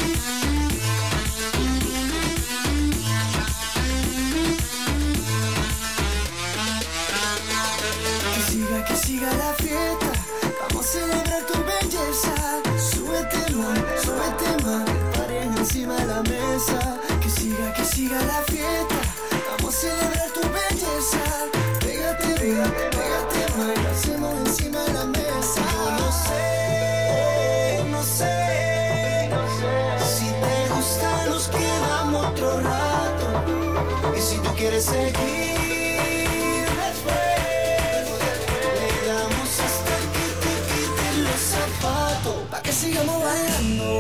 Que siga la fiesta, vamos a celebrar tu belleza. Súbete más, súbete más, pareja encima de la mesa. Que siga, que siga la fiesta, vamos a celebrar tu belleza. Pégate, pégate, pégate más, lo hacemos encima de la mesa. Yo no sé, no sé, no sé. Si te gusta nos quedamos otro rato. Y si tú quieres seguir pa' que sigamos bailando.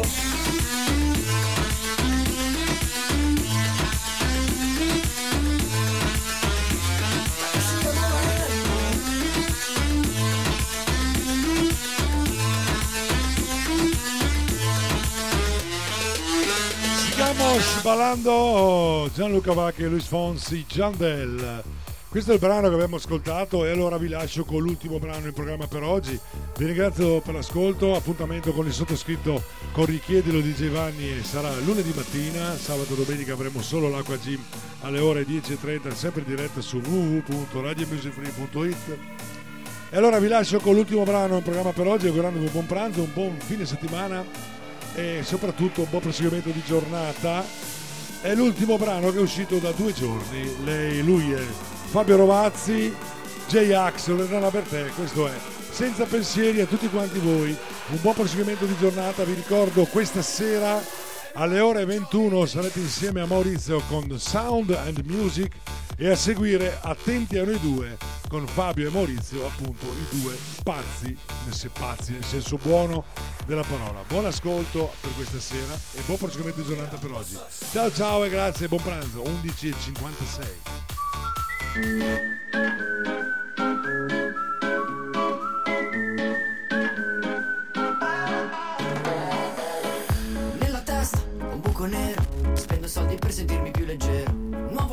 Sigamos ballando, Gianluca Vacchi e Luis Fonsi, Handel. Questo è il brano che abbiamo ascoltato e allora vi lascio con l'ultimo brano in programma per oggi. Vi ringrazio per l'ascolto, appuntamento con il sottoscritto con Richiedilo di J Vanni e sarà lunedì mattina, sabato e domenica avremo solo l'Acqua Gym alle ore dieci e trenta, sempre in diretta su w w w punto radio music free punto it. E allora vi lascio con l'ultimo brano in programma per oggi, augurandovi un buon pranzo, un buon fine settimana e soprattutto un buon proseguimento di giornata. È l'ultimo brano che è uscito da due giorni, lei, lui è Fabio Rovazzi, J-Ax, Loredana Bertè, questo è Senza pensieri a tutti quanti voi, un buon proseguimento di giornata, vi ricordo questa sera alle ore ventuno sarete insieme a Maurizio con Sound and Music e a seguire Attenti a noi due con Fabio e Maurizio, appunto i due pazzi, nel, pazzi nel senso buono della parola. Buon ascolto per questa sera e buon proseguimento di giornata per oggi. Ciao ciao e grazie, buon pranzo, undici e cinquantasei. Nella testa un buco nero, spendo soldi per sentirmi più leggero. Nuovo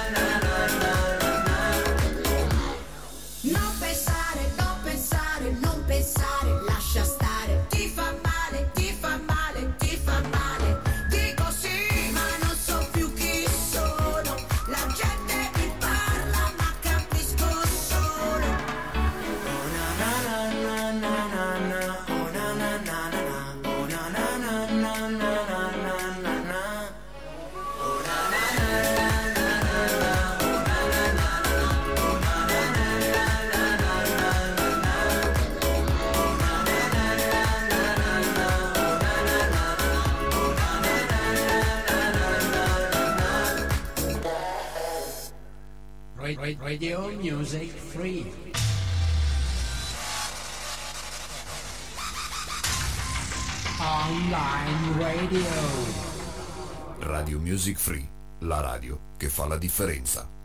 Non pensare, non pensare, non pensare, lascia stare. Ti fa male, ti fa male, ti fa male. Dico sì, ma non so più chi sono. La gente mi parla, ma capisco solo. Oh na na na na na na, oh na na na na, oh na na na na na na na na. Oh na na na na na, oh na na na na, oh na na Ra- ra- Radio Music Free. Online Radio. Radio Music Free, la radio che fa la differenza.